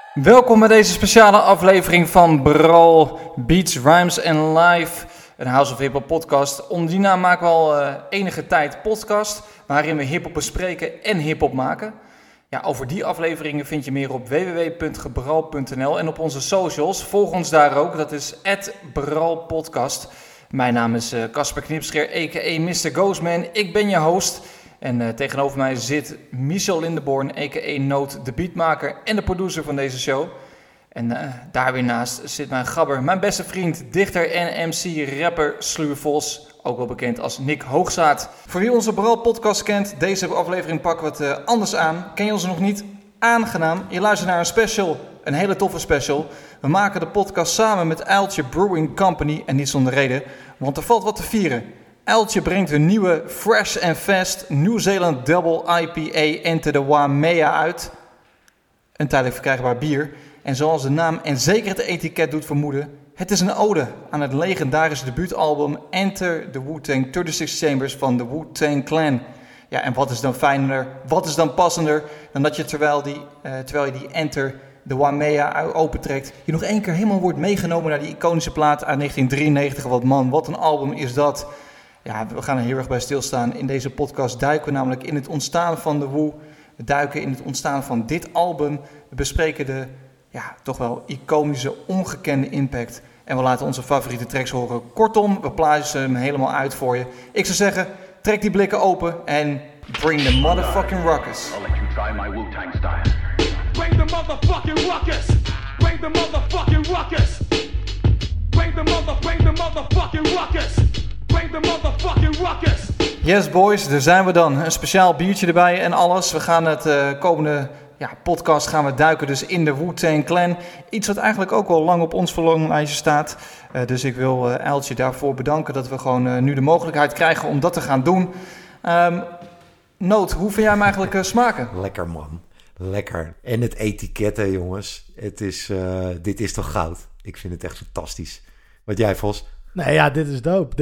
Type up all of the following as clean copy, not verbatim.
Welkom bij deze speciale aflevering van Brawl Beats, Rhymes and Live, een House of Hip-Hop podcast. Onder die naam maken we al enige tijd podcast, waarin we hip-hop bespreken en hip-hop maken. Ja, over die afleveringen vind je meer op www.gebral.nl en op onze socials. Volg ons daar ook, dat is @bralpodcast. Mijn naam is Casper Knipscheer, a.k.a. Mr. Ghostman. Ik ben je host. En tegenover mij zit Michel Lindeborn, a.k.a. Noot, de beatmaker en de producer van deze show. En daar weer naast zit mijn gabber, mijn beste vriend, dichter en MC, rapper Sluur Vos, ook wel bekend als Nick Hoogzaad. Voor wie onze Brawl podcast kent, deze aflevering pakken we het anders aan. Ken je ons nog niet? Aangenaam. Je luistert naar een special, een hele toffe special. We maken de podcast samen met Uiltje Brewing Company en niet zonder reden, want er valt wat te vieren. Uiltje brengt een nieuwe Fresh and Fast New Zealand Double IPA Enter the Waimea uit. Een tijdelijk verkrijgbaar bier. En zoals de naam en zeker het etiket doet vermoeden, het is een ode aan het legendarische debuutalbum Enter the Wu-Tang 36 Chambers van de Wu-Tang Clan. Ja, en wat is dan fijner, wat is dan passender dan dat je terwijl je die Enter the Waimea opentrekt, je nog één keer helemaal wordt meegenomen naar die iconische plaat uit 1993. Want man, wat een album is dat. Ja, we gaan er heel erg bij stilstaan. In deze podcast duiken we namelijk in het ontstaan van de Wu. We duiken in het ontstaan van dit album. We bespreken de toch wel iconische, ongekende impact. En we laten onze favoriete tracks horen. Kortom, we plaatsen hem helemaal uit voor je. Ik zou zeggen, trek die blikken open en bring the motherfucking ruckus. I'll let you try my Wu-Tang style. Bring the motherfucking ruckus. Bring the motherfucking ruckus. Bring the motherfucking ruckus. Bring the motherfucking ruckus. Yes boys, daar zijn we dan. Een speciaal biertje erbij en alles. We gaan het komende podcast gaan we duiken dus in de Wu-Tang Clan. Iets wat eigenlijk ook al lang op ons verlanglijstje staat. Dus ik wil Uiltje daarvoor bedanken dat we gewoon nu de mogelijkheid krijgen om dat te gaan doen. Noot, hoe vind jij hem eigenlijk smaken? Lekker man, lekker. En het etiket hè jongens, dit is toch goud. Ik vind het echt fantastisch. Wat jij Vos? Nee, ja, dit is dope.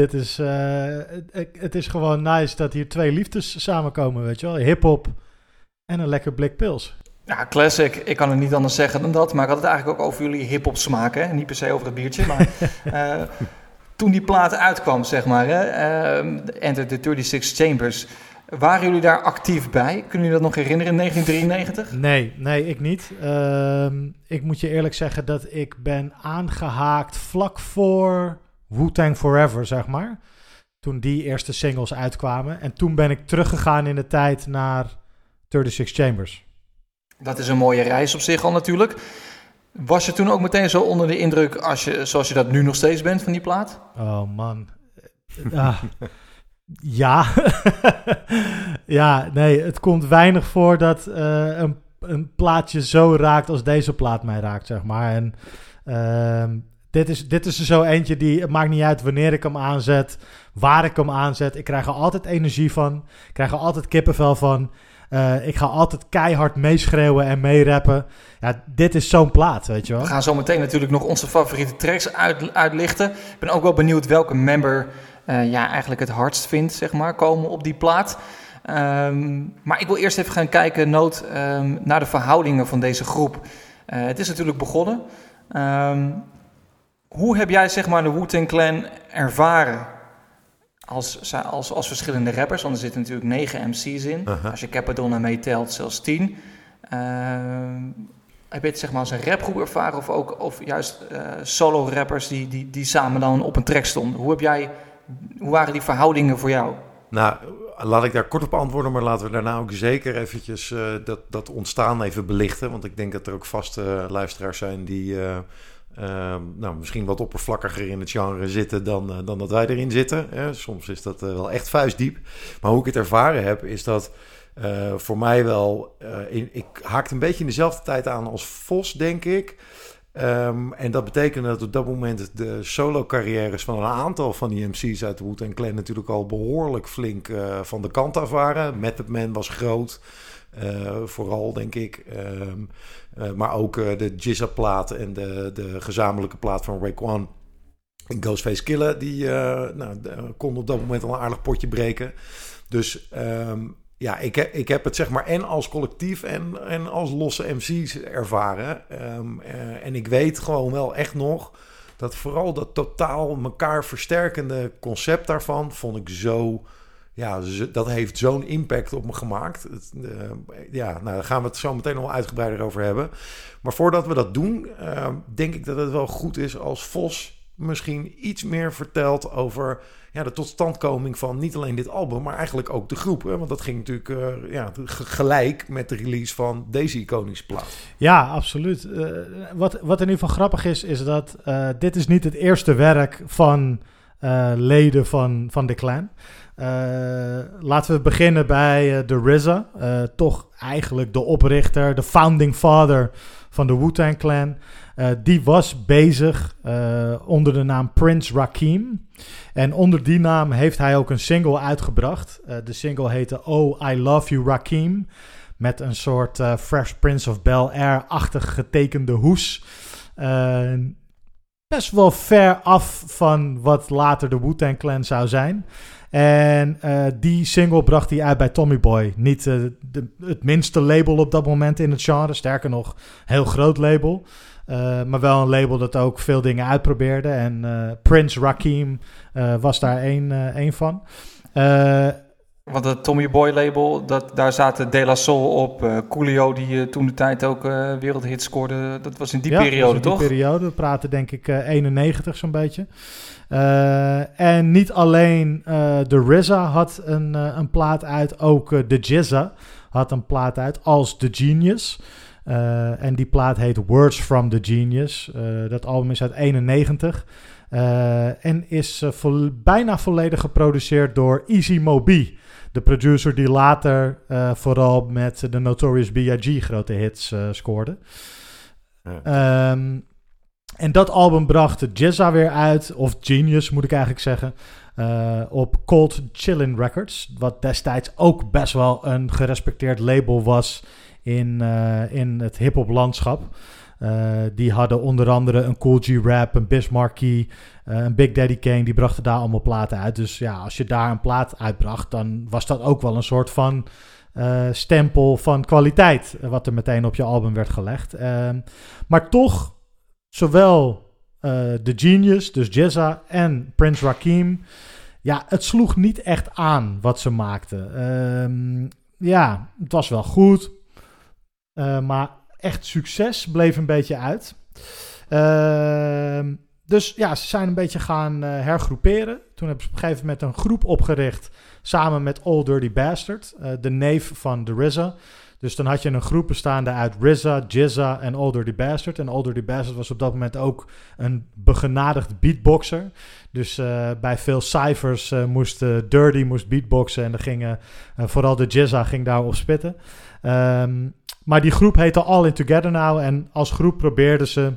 Het is gewoon nice dat hier twee liefdes samenkomen, weet je wel. Hip-hop en een lekker blik pils. Ja, classic. Ik kan het niet anders zeggen dan dat. Maar ik had het eigenlijk ook over jullie hip-hop smaken. Hè? Niet per se over het biertje. Maar toen die plaat uitkwam, zeg maar, hè, Enter the 36 Chambers. Waren jullie daar actief bij? Kunnen jullie dat nog herinneren in 1993? Nee, ik niet. Ik moet je eerlijk zeggen dat ik ben aangehaakt vlak voor Wu-Tang Forever, zeg maar. Toen die eerste singles uitkwamen. En toen ben ik teruggegaan in de tijd naar 36 Chambers. Dat is een mooie reis op zich al natuurlijk. Was je toen ook meteen zo onder de indruk zoals je dat nu nog steeds bent van die plaat? Oh man. Ja. Ja, nee, het komt weinig voor dat een plaatje zo raakt als deze plaat mij raakt, zeg maar. En dit is er zo eentje die, het maakt niet uit wanneer ik hem aanzet, waar ik hem aanzet. Ik krijg er altijd energie van. Ik krijg er altijd kippenvel van. Ik ga altijd keihard meeschreeuwen en meerappen. Ja, dit is zo'n plaat, weet je wel. We gaan zo meteen natuurlijk nog onze favoriete tracks uitlichten. Ik ben ook wel benieuwd welke member eigenlijk het hardst vindt, zeg maar, komen op die plaat. Maar ik wil eerst even gaan kijken, Noot, naar de verhoudingen van deze groep. Het is natuurlijk begonnen. Hoe heb jij, zeg maar, de Wu-Tang Clan ervaren? Als verschillende rappers, want er zitten natuurlijk 9 MC's in. Uh-huh. Als je Cappadonna meetelt, zelfs 10. Heb je het, zeg maar, als een rapgroep ervaren of juist solo rappers die samen dan op een track stonden? Hoe waren die verhoudingen voor jou? Nou, laat ik daar kort op antwoorden, maar laten we daarna ook zeker eventjes dat ontstaan even belichten. Want ik denk dat er ook vaste luisteraars zijn die misschien wat oppervlakkiger in het genre zitten dan dat wij erin zitten. Soms is dat wel echt vuistdiep. Maar hoe ik het ervaren heb, is dat voor mij wel... ik haakte een beetje in dezelfde tijd aan als Vos, denk ik. En dat betekende dat op dat moment de solo-carrières van een aantal van die MC's uit de Wu-Tang Clan natuurlijk al behoorlijk flink van de kant af waren. Method Man was groot, vooral denk ik. Maar ook de Jizza-plaat en de gezamenlijke plaat van Raekwon en Ghostface Killah, die kon op dat moment al een aardig potje breken. Dus Ja, ik heb het zeg maar en als collectief en als losse MC's ervaren. En ik weet gewoon wel echt nog dat vooral dat totaal elkaar versterkende concept daarvan vond ik zo... Ja, dat heeft zo'n impact op me gemaakt. Nou, daar gaan we het zo meteen nog wel uitgebreider over hebben. Maar voordat we dat doen, denk ik dat het wel goed is als Vos misschien iets meer vertelt over de totstandkoming van niet alleen dit album, maar eigenlijk ook de groep. Hè? Want dat ging natuurlijk gelijk met de release van deze iconische plaat. Ja, absoluut. Wat in ieder geval grappig is dat dit is niet het eerste werk van leden van The Clan. Laten we beginnen bij de RZA. Toch eigenlijk de oprichter, de founding father van de Wu-Tang Clan. Die was bezig onder de naam Prince Rakeem. En onder die naam heeft hij ook een single uitgebracht. De single heette Oh, I Love You Rakeem. Met een soort Fresh Prince of Bel-Air-achtig getekende hoes. Best wel ver af van wat later de Wu-Tang Clan zou zijn. En die single bracht hij uit bij Tommy Boy. Niet het minste label op dat moment in het genre. Sterker nog, heel groot label. Maar wel een label dat ook veel dingen uitprobeerde. En Prince Rakeem was daar één van. Want het Tommy Boy label, daar zaten De La Soul op. Coolio, die toen de tijd ook wereldhits scoorde. Dat was in die periode, toch? Die periode. We praten denk ik 91 zo'n beetje. En niet alleen de RZA had een plaat uit. Ook de Jizza had een plaat uit als The Genius. En die plaat heet Words from the Genius. Dat album is uit 91. En is bijna volledig geproduceerd door Easy Mo B. De producer die later vooral met de Notorious B.I.G. grote hits scoorde. Ja. En dat album bracht de Jizza weer uit, of Genius moet ik eigenlijk zeggen, op Cold Chillin' Records. Wat destijds ook best wel een gerespecteerd label was in het hip-hop landschap. Die hadden onder andere een Kool G Rap, een Biz Markie, een Big Daddy Kane. Die brachten daar allemaal platen uit. Dus ja, als je daar een plaat uitbracht, dan was dat ook wel een soort van stempel van kwaliteit, wat er meteen op je album werd gelegd. Maar toch, zowel The Genius, dus Jizza, en Prince Rakeem, ja, het sloeg niet echt aan wat ze maakten. Ja, het was wel goed, maar echt succes bleef een beetje uit. Dus ja, ze zijn een beetje gaan hergroeperen. Toen hebben ze op een gegeven moment een groep opgericht samen met Old Dirty Bastard, de neef van de RZA. Dus dan had je een groep bestaande uit RZA, Jizza en Old Dirty Bastard. En Old Dirty Bastard was op dat moment ook een begenadigd beatboxer. Dus bij veel cyphers moest Dirty beatboxen en dan gingen vooral de Jizza ging daarop spitten. Maar die groep heette All In Together Now. En als groep probeerden ze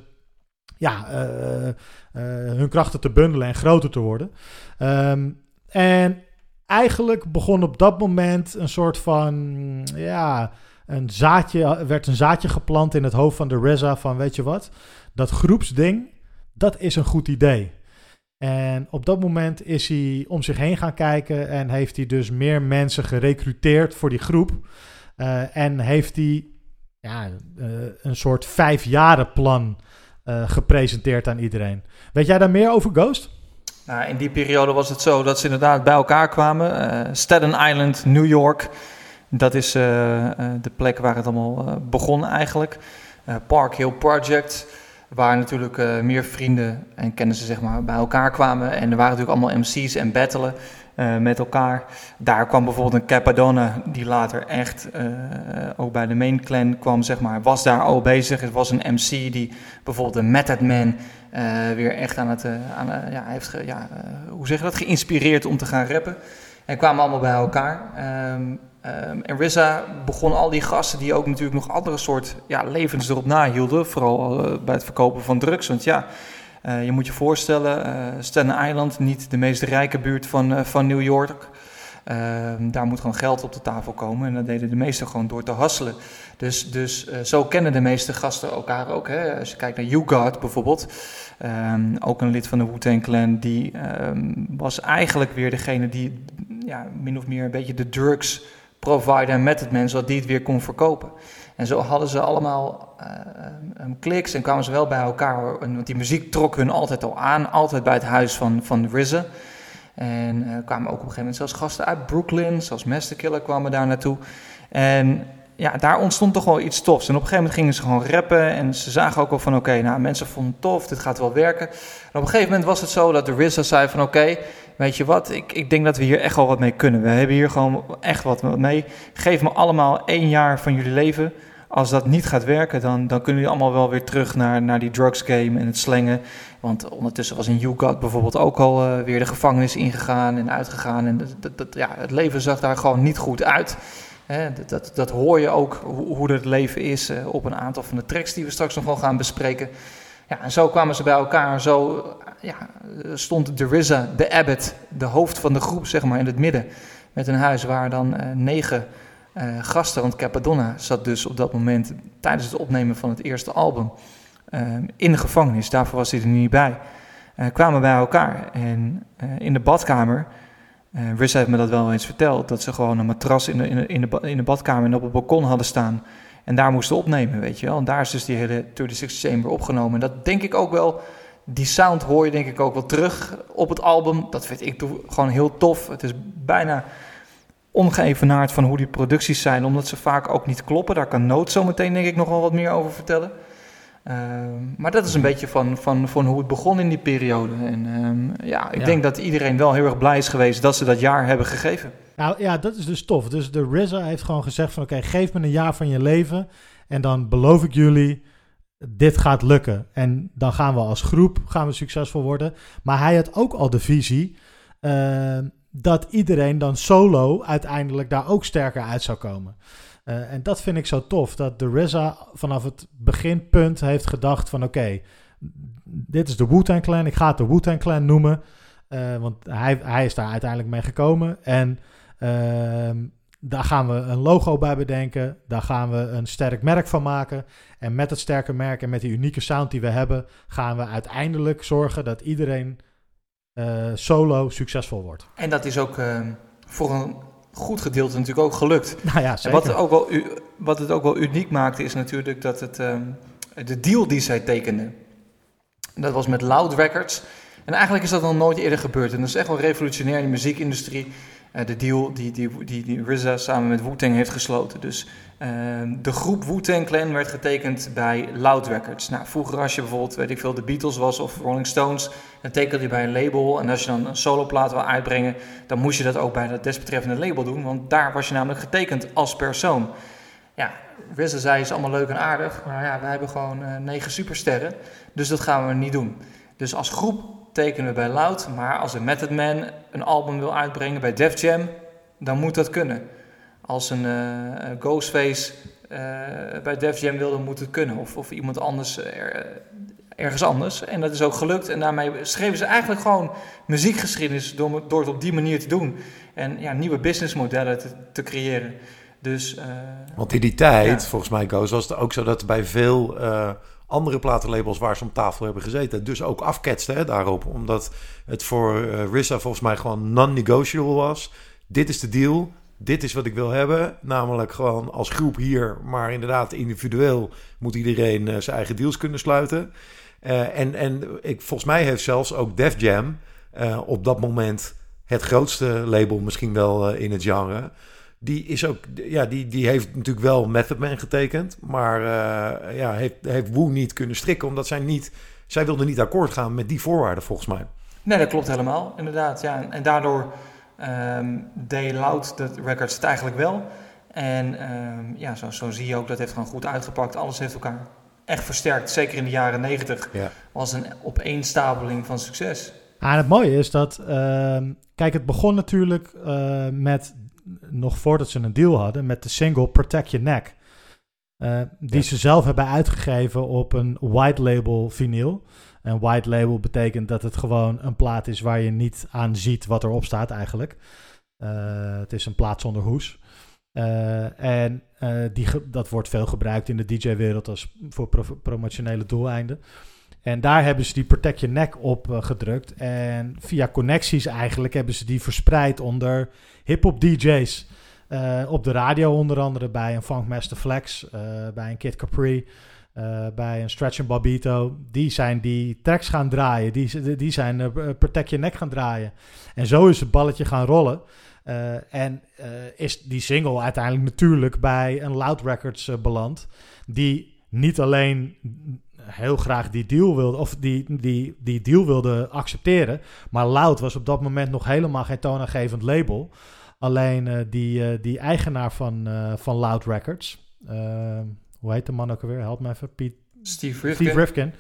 hun krachten te bundelen en groter te worden. En eigenlijk begon op dat moment een soort van, een zaadje geplant in het hoofd van de RZA van, weet je wat, dat groepsding, dat is een goed idee. En op dat moment is hij om zich heen gaan kijken en heeft hij dus meer mensen gerecruiteerd voor die groep. En heeft hij een soort 5-jarenplan gepresenteerd aan iedereen. Weet jij daar meer over, Ghost? Nou, in die periode was het zo dat ze inderdaad bij elkaar kwamen. Staten Island, New York. Dat is de plek waar het allemaal begon eigenlijk. Park Hill Project, waar natuurlijk meer vrienden en kennissen zeg maar bij elkaar kwamen. En er waren natuurlijk allemaal MC's en battelen met elkaar. Daar kwam bijvoorbeeld een Capadonna, die later echt ook bij de Main Clan kwam, zeg maar, was daar al bezig. Het was een MC die bijvoorbeeld een Method Man weer echt heeft geïnspireerd om te gaan rappen. En kwamen allemaal bij elkaar. En RZA begon al die gasten die ook natuurlijk nog andere soort levens erop nahielden. Vooral bij het verkopen van drugs. Want je moet je voorstellen, Staten Island, niet de meest rijke buurt van New York. Daar moet gewoon geld op de tafel komen. En dat deden de meesten gewoon door te hustelen. Dus zo kennen de meeste gasten elkaar ook. Hè? Als je kijkt naar U-God bijvoorbeeld. Ook een lid van de Wu-Tang Clan. Die was eigenlijk weer degene die min of meer een beetje de drugs provider met het mens, zodat die het weer kon verkopen. En zo hadden ze allemaal kliks en kwamen ze wel bij elkaar. Want die muziek trok hun altijd al aan, altijd bij het huis van RZA. En kwamen ook op een gegeven moment zelfs gasten uit Brooklyn, zoals Master Killer kwamen daar naartoe. En ja, daar ontstond toch wel iets tofs. En op een gegeven moment gingen ze gewoon rappen en ze zagen ook wel van oké, mensen vonden het tof, dit gaat wel werken. En op een gegeven moment was het zo dat de RZA zei van oké, weet je wat, ik denk dat we hier echt wel wat mee kunnen. We hebben hier gewoon echt wat mee. Geef me allemaal 1 jaar van jullie leven. Als dat niet gaat werken, dan kunnen jullie allemaal wel weer terug naar die drugs game en het slengen. Want ondertussen was in YouGot bijvoorbeeld ook al weer de gevangenis ingegaan en uitgegaan. En het leven zag daar gewoon niet goed uit. Dat hoor je ook, hoe het leven is op een aantal van de tracks die we straks nog wel gaan bespreken. Ja, en zo kwamen ze bij elkaar. Zo stond de RZA, de Abbott, de hoofd van de groep, zeg maar, in het midden. Met een huis waar dan 9 gasten, want Cappadonna zat dus op dat moment tijdens het opnemen van het eerste album in de gevangenis. Daarvoor was hij er niet bij. Kwamen bij elkaar en in de badkamer. RZA heeft me dat wel eens verteld, dat ze gewoon een matras in de badkamer en op het balkon hadden staan. En daar moesten opnemen, weet je wel. En daar is dus die hele 36 Chamber opgenomen. En dat denk ik ook wel, die sound hoor je denk ik ook wel terug op het album. Dat vind ik gewoon heel tof. Het is bijna ongeëvenaard van hoe die producties zijn, omdat ze vaak ook niet kloppen. Daar kan Noot zo meteen denk ik nog wel wat meer over vertellen. Maar dat is een beetje van hoe het begon in die periode. En ik denk dat iedereen wel heel erg blij is geweest dat ze dat jaar hebben gegeven. Nou ja, dat is dus tof. Dus de RZA heeft gewoon gezegd van oké, geef me 1 jaar van je leven en dan beloof ik jullie, dit gaat lukken. En dan gaan we als groep succesvol worden. Maar hij had ook al de visie dat iedereen dan solo uiteindelijk daar ook sterker uit zou komen. En dat vind ik zo tof, dat de RZA vanaf het beginpunt heeft gedacht van oké, dit is de Wu-Tang Clan, ik ga het de Wu-Tang Clan noemen, want hij is daar uiteindelijk mee gekomen. En daar gaan we een logo bij bedenken, daar gaan we een sterk merk van maken. En met het sterke merk en met die unieke sound die we hebben, gaan we uiteindelijk zorgen dat iedereen solo succesvol wordt. En dat is ook voor een goed gedeelte natuurlijk ook gelukt. Nou ja, zeker. En wat het ook wel uniek maakte is natuurlijk dat de deal die zij tekenden, dat was met Loud Records. En eigenlijk is dat nog nooit eerder gebeurd. En dat is echt wel revolutionair in de muziekindustrie. De deal die RZA samen met Wu-Tang heeft gesloten. Dus de groep Wu-Tang Clan werd getekend bij Loud Records. Nou, vroeger als je bijvoorbeeld, weet ik veel, de Beatles was of Rolling Stones, dan tekende je bij een label. En als je dan een soloplaat wil uitbrengen, dan moest je dat ook bij dat desbetreffende label doen. Want daar was je namelijk getekend als persoon. Ja, RZA zei, is allemaal leuk en aardig, maar ja, wij hebben gewoon 9 supersterren. Dus dat gaan we niet doen. Dus als groep tekenen we bij Loud, maar als een Method Man een album wil uitbrengen bij Def Jam, dan moet dat kunnen. Als een Ghostface bij Def Jam wil, dan moet het kunnen. Of iemand anders ergens anders. En dat is ook gelukt. En daarmee schreven ze eigenlijk gewoon muziekgeschiedenis door het op die manier te doen. En ja, nieuwe businessmodellen te creëren. Dus, want in die tijd, volgens mij, Ghost, was het ook zo dat bij veel andere platenlabels waar ze om tafel hebben gezeten, dus ook afketsten daarop. Omdat het voor RZA volgens mij gewoon non-negotiable was. Dit is de deal. Dit is wat ik wil hebben. Namelijk gewoon als groep hier, maar inderdaad individueel moet iedereen zijn eigen deals kunnen sluiten. Volgens mij heeft zelfs ook Def Jam op dat moment het grootste label misschien wel in het genre. Die is ook, die heeft natuurlijk wel Method Man getekend, maar heeft Wu niet kunnen strikken, omdat zij wilde niet akkoord gaan met die voorwaarden volgens mij. Nee, dat klopt helemaal, inderdaad. Ja. En daardoor deed Loud de records het eigenlijk wel. En zo zie je ook, dat heeft gewoon goed uitgepakt. Alles heeft elkaar echt versterkt, zeker in de jaren 90. Ja. Was een opeenstapeling van succes. En het mooie is dat, kijk, het begon natuurlijk met, nog voordat ze een deal hadden, met de single Protect Your Neck. Die ze zelf hebben uitgegeven op een white label vinyl. En white label betekent dat het gewoon een plaat is waar je niet aan ziet wat erop staat eigenlijk. Het is een plaat zonder hoes. Dat wordt veel gebruikt in de DJ-wereld als voor promotionele doeleinden. En daar hebben ze die Protect Your Neck op gedrukt. En via connecties eigenlijk hebben ze die verspreid onder hip-hop DJ's. Op de radio onder andere bij een Funkmaster Flex, bij een Kid Capri, bij een Stretch & Bobbito. Die zijn die tracks gaan draaien. Die zijn Protect Your Neck gaan draaien. En zo is het balletje gaan rollen. En is die single uiteindelijk natuurlijk bij een Loud Records beland. Die niet alleen heel graag die deal wilde, of die deal wilde accepteren. Maar Loud was op dat moment nog helemaal geen toonaangevend label. Alleen die eigenaar van Loud Records, hoe heet de man ook alweer? Help me even, Steve Rifkin.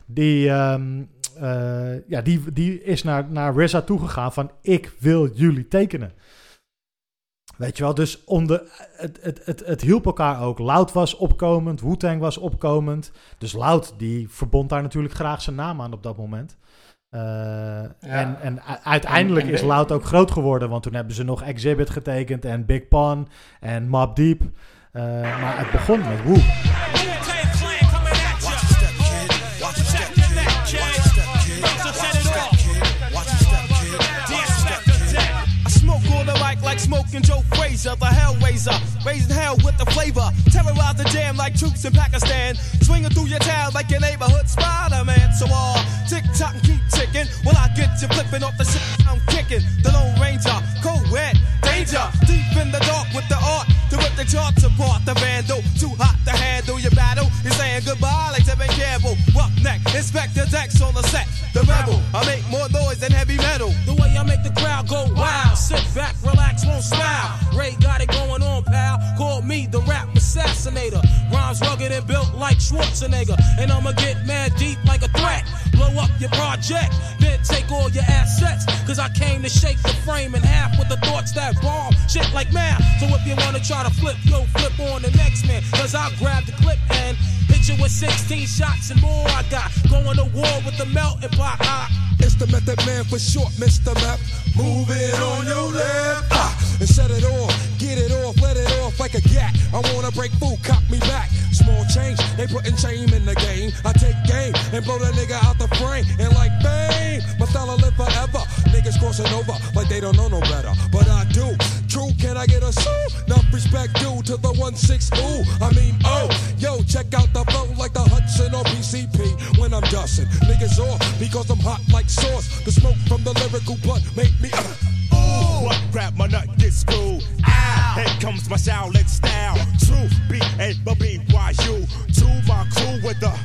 Die is naar RZA toegegaan van ik wil jullie tekenen. Weet je wel, dus het hielp elkaar ook. Loud was opkomend, Wu-Tang was opkomend. Dus Loud, die verbond daar natuurlijk graag zijn naam aan op dat moment. En uiteindelijk is Loud ook groot geworden. Want toen hebben ze nog Exhibit getekend en Big Pun en Mobb Deep. Maar het begon met Wu. Like smoking Joe Frazier, the Hellraiser, raising hell with the flavor, terrorize the jam like troops in Pakistan, swinging through your town like your neighborhood Spider-Man. So tick tock and keep ticking, while I get you flipping off the shit I'm kicking. The Lone Ranger, co-ed, danger, deep in the dark with the art to rip the charts apart. The vandal, too hot to handle your battle. You're saying goodbye like Tevin Campbell. Roughneck, Inspector Dex on the set. The rebel, I make more noise than heavy metal. The way I make the crowd go wild, sit back, relax, won't smile. Ray got it going on, pal. Call me the rap assassinator. Rhymes rugged and built like Schwarzenegger. And I'ma get mad deep like a threat. Blow up your project, then take all your assets. Cause I came to shake the frame in half with the thoughts that bomb shit like math. So if you wanna try to flip, yo, flip on the next man. Cause I'll grab the clip and hit you with 16 shots and more. I got going to war with the melting pot. It's the Method Man for short, Mr. Map. Move it on your left and set it off, get it off, let it off like a gat. I wanna break food, cop me back. Small change, they putting shame in the game. I take game and blow that nigga out the frame. And like fame, my style will live forever. Niggas crossing over like they don't know no better, but I do. True, can I get a sue? Enough respect due to the 1-6 ooh. I mean, oh, yo, check out the flow like the Hudson or PCP when I'm dusting niggas off because I'm hot like sauce. The smoke from the lyrical blunt make me ooh. What rap my nut get screwed? Ow. Here comes my Shaolin style. True B-A-B-Y-U. To my crew with the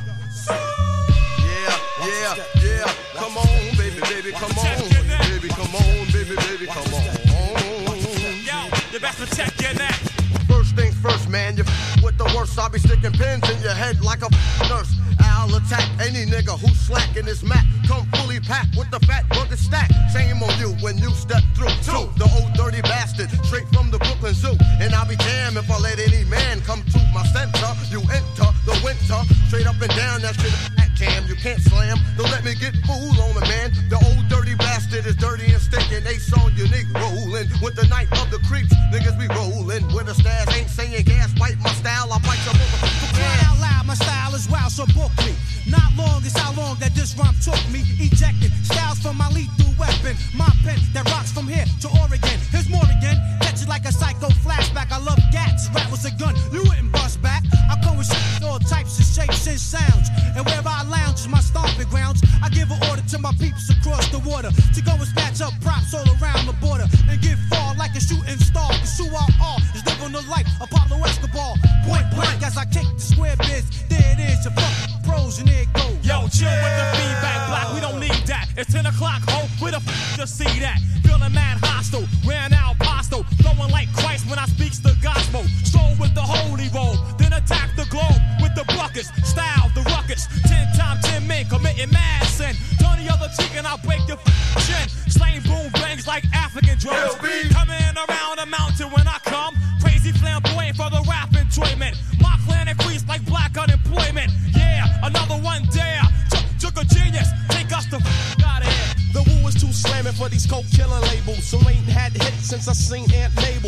Yeah. Come on, baby, come on. Baby, come on, baby, come on. Yo, you best protect your neck. First things first, man, you with the worst. I'll be sticking pins in your head like a nurse. I'll attack any nigga who's slacking his mat. Come fully packed with the fat burger stack. Shame on you when you step through. Two, the old dirty bastard, straight from the Brooklyn Zoo. And I'll be damned if I let any man come to my center. You enter the winter, straight up and down that shit. Jam, you can't slam. Don't let me get fooled on the man. The old dirty bastard is dirty and stinking. Ace on unique rolling with the night of the creeps. Niggas be rolling with the stairs. Ain't saying gas, bite my style. I bite your motherfucker. Cry out loud, my style is wild, so book me. Not long is how long that this rhyme took me. Ejecting styles from my lethal weapon. My pen that rocks from here to Oregon. Here's more again. Catch it like a psycho flashback. I love gats. Rap was a gun. You wouldn't bust back. I come with all types of shapes and sounds. And where I lounge is my stomping grounds. I give an order to my peeps across the water to go and snatch up props all around the border and get far like a shooting star. Cause who I are is living the life of Pablo Escobar. Point blank as I kick the square biz. There it is, your fucking pros and there it goes. Yo, chill with the feedback block, we don't need that. It's 10 o'clock, ho, where the f*** you see that? Feeling mad hostile, ran out pasto. Throwing like Christ when I speaks the gospel. Stroll with the holy roll, then attack the globe with the buckets. Style, the ruckus, 10 times 10 men committing mad sin. Turn the other cheek and I'll break your chin. Slaying boom bangs like African drums. Coming around the mountain when I come. Crazy flamboyant for the rap enjoyment. My clan increased like black unemployment. Yeah, another one there. Took a genius, take us the out of here. The woo is too slamming for these coke killing labels. So ain't had hits since I seen Aunt Mabel. Be doing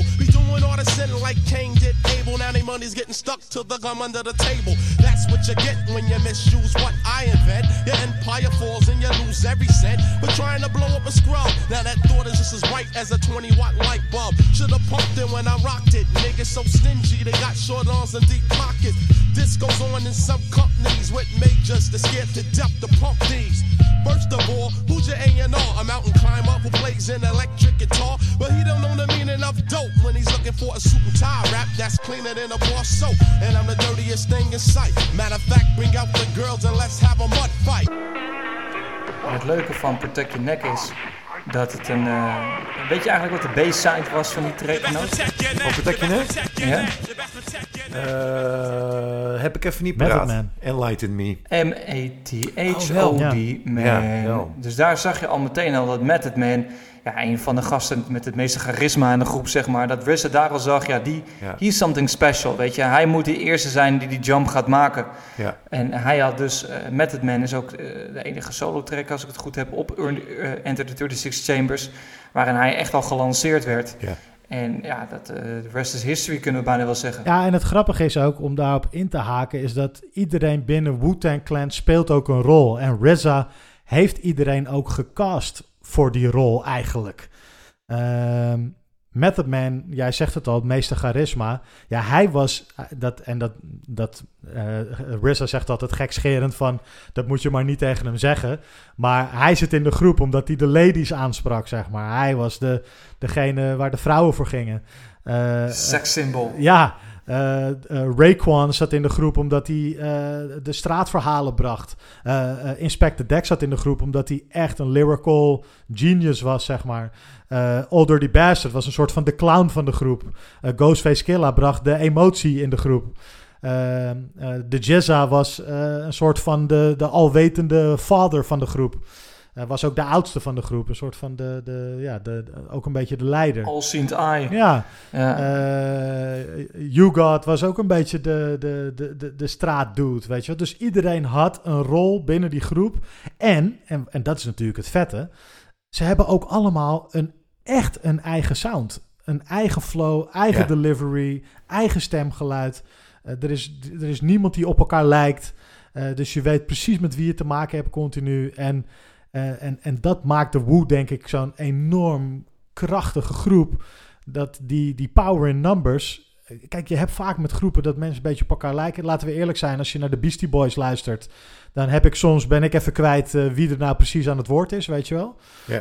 doing all the sinning like Cain did Abel. Now they money's getting stuck to the gum under the table. That's what you get when you misuse what I invent. Your empire falls and you lose every cent. But trying to blow up a scrub, now that thought is just as bright as a 20-watt light bulb. Should've pumped it when I rocked it. Niggas so stingy, they got short arms and deep pockets. This goes on in some companies with majors that scared to death to pump these. First of all, who's your A&R? A mountain climber who plays an electric guitar, but he don't know the meaning of dope when he's looking for a suit and tie rap that's cleaner than a bar soap. And I'm the dirtiest thing in sight. Matter of fact, bring out the girls and let's have a mud fight. Het leuke van Protect Your Neck is dat het een... weet je eigenlijk wat de B-side was van die track? Van Protect Your Neck? Ja? Heb ik even niet Method paraat. Man. Enlighten Me. M-A-T-H-O-D Man. Ja, wel. Dus daar zag je al meteen al dat Method Man... Ja, een van de gasten met het meeste charisma in de groep, zeg maar. Dat RZA daar al zag, he's something special, weet je. Hij moet de eerste zijn die jump gaat maken. Ja. En hij had dus... Method Man is ook de enige solo-track, als ik het goed heb, op Enter the 36 Chambers. Waarin hij echt al gelanceerd werd. Ja. En ja, the rest is history, kunnen we bijna wel zeggen. Ja, en het grappige is ook, om daarop in te haken, is dat iedereen binnen Wu-Tang Clan speelt ook een rol. En RZA heeft iedereen ook gecast voor die rol eigenlijk. Method Man, jij zegt het al, het meeste charisma. Ja, hij was, RZA zegt altijd gekscherend van, dat moet je maar niet tegen hem zeggen. Maar hij zit in de groep omdat hij de ladies aansprak, zeg maar. Hij was degene waar de vrouwen voor gingen. Sekssymbool. Ja, Raekwon zat in de groep omdat hij de straatverhalen bracht. Inspector Deck zat in de groep omdat hij echt een lyrical genius was, zeg maar. Old Dirty Bastard was een soort van de clown van de groep. Ghostface Killah bracht de emotie in de groep. De Jizza was een soort van de alwetende vader van de groep. Was ook de oudste van de groep. Een soort van ook een beetje de leider. All-seeing eye. Ja. You God was ook een beetje de straatdude, weet je wel. Dus iedereen had een rol binnen die groep. En dat is natuurlijk het vette, ze hebben ook allemaal echt een eigen sound. Een eigen flow, eigen delivery, eigen stemgeluid. Er is niemand die op elkaar lijkt. Dus je weet precies met wie je te maken hebt continu. En dat maakt de Wu, denk ik, zo'n enorm krachtige groep. Dat die power in numbers... Kijk, je hebt vaak met groepen dat mensen een beetje op elkaar lijken. Laten we eerlijk zijn, als je naar de Beastie Boys luistert, dan ben ik even kwijt wie er nou precies aan het woord is, weet je wel. Ja.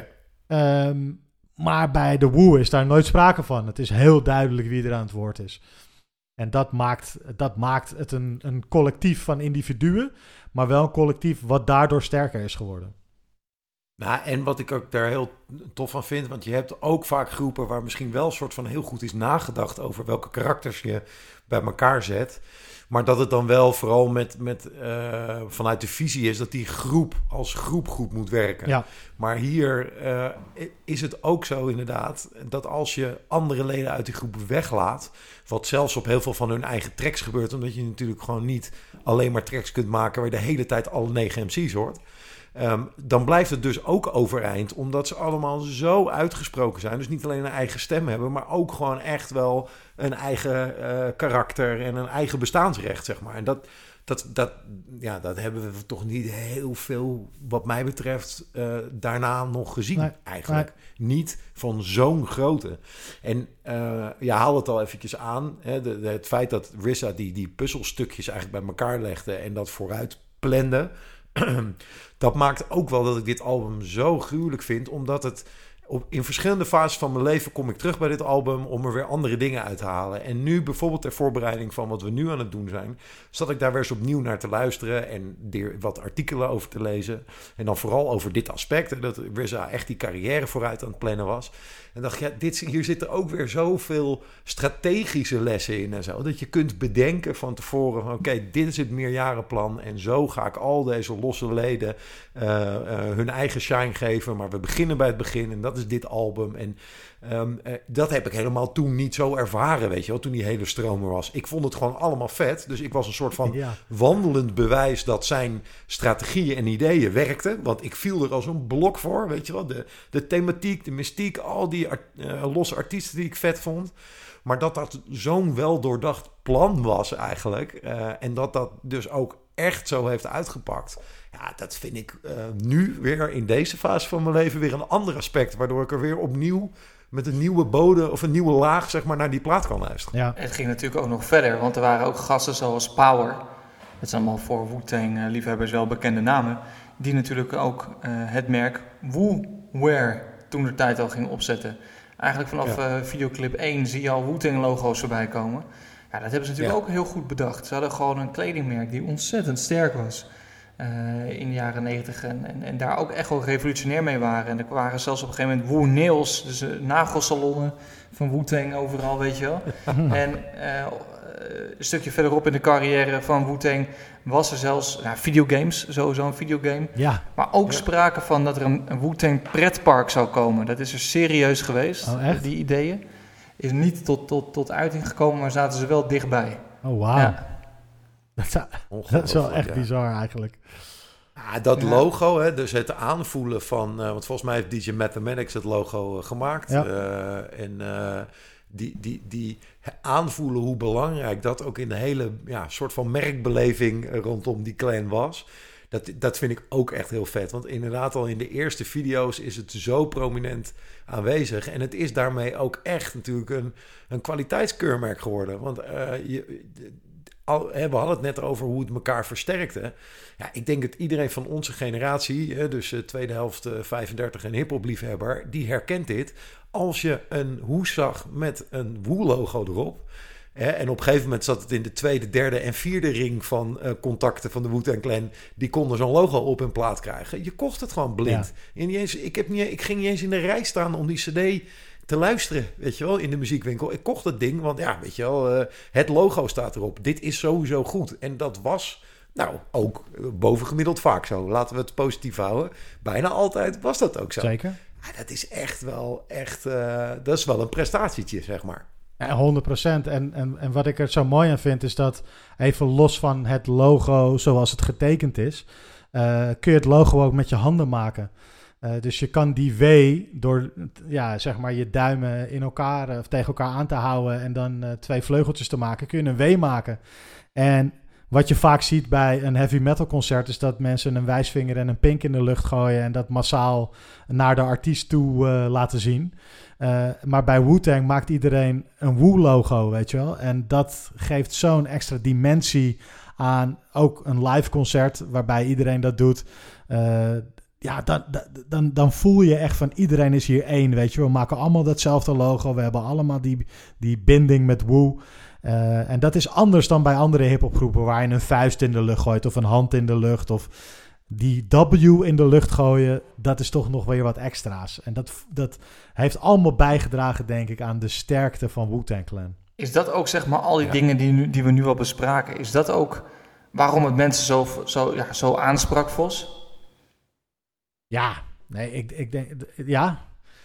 Maar bij de Wu is daar nooit sprake van. Het is heel duidelijk wie er aan het woord is. En dat maakt het een collectief van individuen, maar wel een collectief wat daardoor sterker is geworden. Nou, en wat ik ook daar heel tof van vind, want je hebt ook vaak groepen waar misschien wel een soort van heel goed is nagedacht over welke karakters je bij elkaar zet. Maar dat het dan wel vooral vanuit de visie is dat die groep als groep goed moet werken. Ja. Maar hier is het ook zo inderdaad dat als je andere leden uit die groep weglaat, wat zelfs op heel veel van hun eigen tracks gebeurt, omdat je natuurlijk gewoon niet alleen maar tracks kunt maken waar je de hele tijd alle 9 MC's hoort. Dan blijft het dus ook overeind, omdat ze allemaal zo uitgesproken zijn. Dus niet alleen een eigen stem hebben, maar ook gewoon echt wel een eigen karakter en een eigen bestaansrecht, zeg maar. En dat hebben we toch niet heel veel, wat mij betreft, daarna nog gezien. Nee, eigenlijk niet van zo'n grootte. En je haalt het al eventjes aan. Hè, het feit dat RZA die puzzelstukjes eigenlijk bij elkaar legde en dat vooruit plande. Dat maakt ook wel dat ik dit album zo gruwelijk vind, omdat het in verschillende fases van mijn leven kom ik terug bij dit album om er weer andere dingen uit te halen. En nu bijvoorbeeld ter voorbereiding van wat we nu aan het doen zijn, zat ik daar weer eens opnieuw naar te luisteren en wat artikelen over te lezen. En dan vooral over dit aspect, dat RZA echt die carrière vooruit aan het plannen was. En dacht hier zitten ook weer zoveel strategische lessen in en zo. Dat je kunt bedenken van tevoren van oké, dit is het meerjarenplan en zo ga ik al deze losse leden hun eigen shine geven. Maar we beginnen bij het begin en dat is dit album. En dat heb ik helemaal toen niet zo ervaren, weet je wel, toen die hele stroom er was. Ik vond het gewoon allemaal vet. Dus ik was een soort van wandelend bewijs dat zijn strategieën en ideeën werkten. Want ik viel er als een blok voor, weet je wel. De thematiek, de mystiek, al die losse artiesten die ik vet vond. Maar dat zo'n weldoordacht plan was eigenlijk. En dat dus ook echt zo heeft uitgepakt. Ja, dat vind ik nu weer in deze fase van mijn leven weer een ander aspect. Waardoor ik er weer opnieuw met een nieuwe bodem of een nieuwe laag zeg maar naar die plaat kan luisteren. Ja. Het ging natuurlijk ook nog verder, want er waren ook gasten zoals Power. Dat zijn allemaal voor Wu-Tang-liefhebbers wel bekende namen. Die natuurlijk ook het merk Wu-Wear toen de tijd al ging opzetten. Eigenlijk vanaf videoclip 1 zie je al Wu-Tang-logo's voorbij komen. Ja, dat hebben ze natuurlijk ook heel goed bedacht. Ze hadden gewoon een kledingmerk die ontzettend sterk was in de jaren 90. En daar ook echt wel revolutionair mee waren. En er waren zelfs op een gegeven moment Wu-Nails, dus nagelsalonnen van Wu-Tang overal, weet je wel. En een stukje verderop in de carrière van Wu-Tang was er zelfs videogames, sowieso een videogame. Ja. Maar ook sprake van dat er een Wu-Tang pretpark zou komen. Dat is er serieus geweest, die ideeën. Is niet tot uiting gekomen, maar zaten ze wel dichtbij. Oh, wauw. Ja. Dat is wel echt bizar eigenlijk. Ja, dat logo, hè, dus het aanvoelen van... want volgens mij heeft DJ Mathematics het logo gemaakt. Ja. Die aanvoelen hoe belangrijk dat ook in de hele soort van merkbeleving rondom die clan was. Dat vind ik ook echt heel vet. Want inderdaad al in de eerste video's is het zo prominent aanwezig. En het is daarmee ook echt natuurlijk een kwaliteitskeurmerk geworden. Want we hadden het net over hoe het elkaar versterkte. Ja, ik denk dat iedereen van onze generatie, dus tweede helft 35 en hiphop-liefhebber, die herkent dit. Als je een hoes zag met een Wu-logo erop. En op een gegeven moment zat het in de tweede, derde en vierde ring van contacten van de Wu-Tang Clan. Die konden zo'n logo op hun plaat krijgen. Je kocht het gewoon blind. Ja. En ik ging niet eens in de rij staan om die cd te luisteren, weet je wel, in de muziekwinkel. Ik kocht het ding, want weet je wel, het logo staat erop. Dit is sowieso goed. En dat was ook bovengemiddeld vaak zo. Laten we het positief houden. Bijna altijd was dat ook zo. Zeker. Ja, dat is echt wel dat is wel een prestatietje, zeg maar. Ja, 100%. En wat ik er zo mooi aan vind is dat, even los van het logo zoals het getekend is, kun je het logo ook met je handen maken. Dus je kan die W door zeg maar je duimen in elkaar of tegen elkaar aan te houden en dan 2 vleugeltjes te maken, kun je een W maken. En wat je vaak ziet bij een heavy metal concert is dat mensen een wijsvinger en een pink in de lucht gooien en dat massaal naar de artiest toe laten zien. Maar bij Wu-Tang maakt iedereen een Wu-logo, weet je wel. En dat geeft zo'n extra dimensie aan ook een live concert waarbij iedereen dat doet. Dan voel je echt van iedereen is hier één, weet je. We maken allemaal datzelfde logo. We hebben allemaal die binding met Wu. En dat is anders dan bij andere hiphopgroepen waar je een vuist in de lucht gooit of een hand in de lucht of die W in de lucht gooien. Dat is toch nog weer wat extra's. En dat heeft allemaal bijgedragen, denk ik, aan de sterkte van Wu-Tang Clan. Is dat ook, zeg maar, al die dingen die we nu al bespraken, is dat ook waarom het mensen zo aansprak, Vos? Ja, nee, ik denk, ja.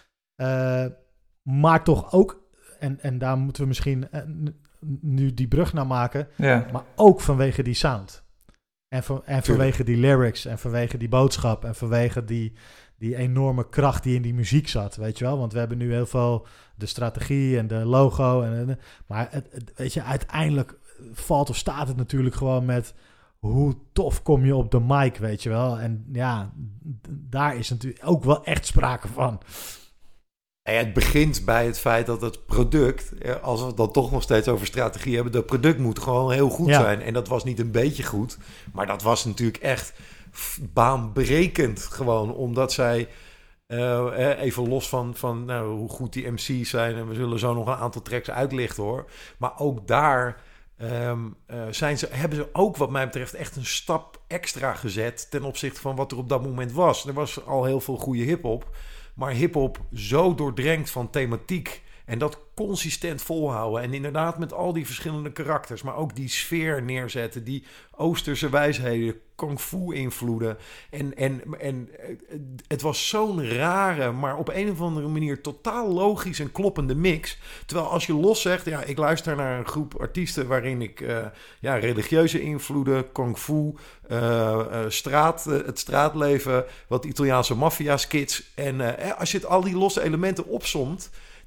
Maar toch ook, en daar moeten we misschien nu die brug naar maken, maar ook vanwege die sound. En vanwege die lyrics en vanwege die boodschap en vanwege die enorme kracht die in die muziek zat, weet je wel. Want we hebben nu heel veel de strategie en de logo. Maar weet je, uiteindelijk valt of staat het natuurlijk gewoon met hoe tof kom je op de mic, weet je wel. En ja, daar is natuurlijk ook wel echt sprake van. En het begint bij het feit dat het product, als we het dan toch nog steeds over strategie hebben, dat product moet gewoon heel goed zijn. En dat was niet een beetje goed, maar dat was natuurlijk echt baanbrekend gewoon, omdat zij, even los van hoe goed die MC's zijn, en we zullen zo nog een aantal tracks uitlichten hoor, maar ook daar hebben ze ook wat mij betreft echt een stap extra gezet ten opzichte van wat er op dat moment was. Er was al heel veel goede hiphop, maar hiphop zo doordrenkt van thematiek en dat consistent volhouden. En inderdaad met al die verschillende karakters, maar ook die sfeer neerzetten, die Oosterse wijsheden, kung fu invloeden. En het was zo'n rare, maar op een of andere manier totaal logisch en kloppende mix. Terwijl als je los zegt, ik luister naar een groep artiesten waarin ik religieuze invloeden, kung fu, het straatleven, wat Italiaanse maffia-skits. En als je al die losse elementen opsomt,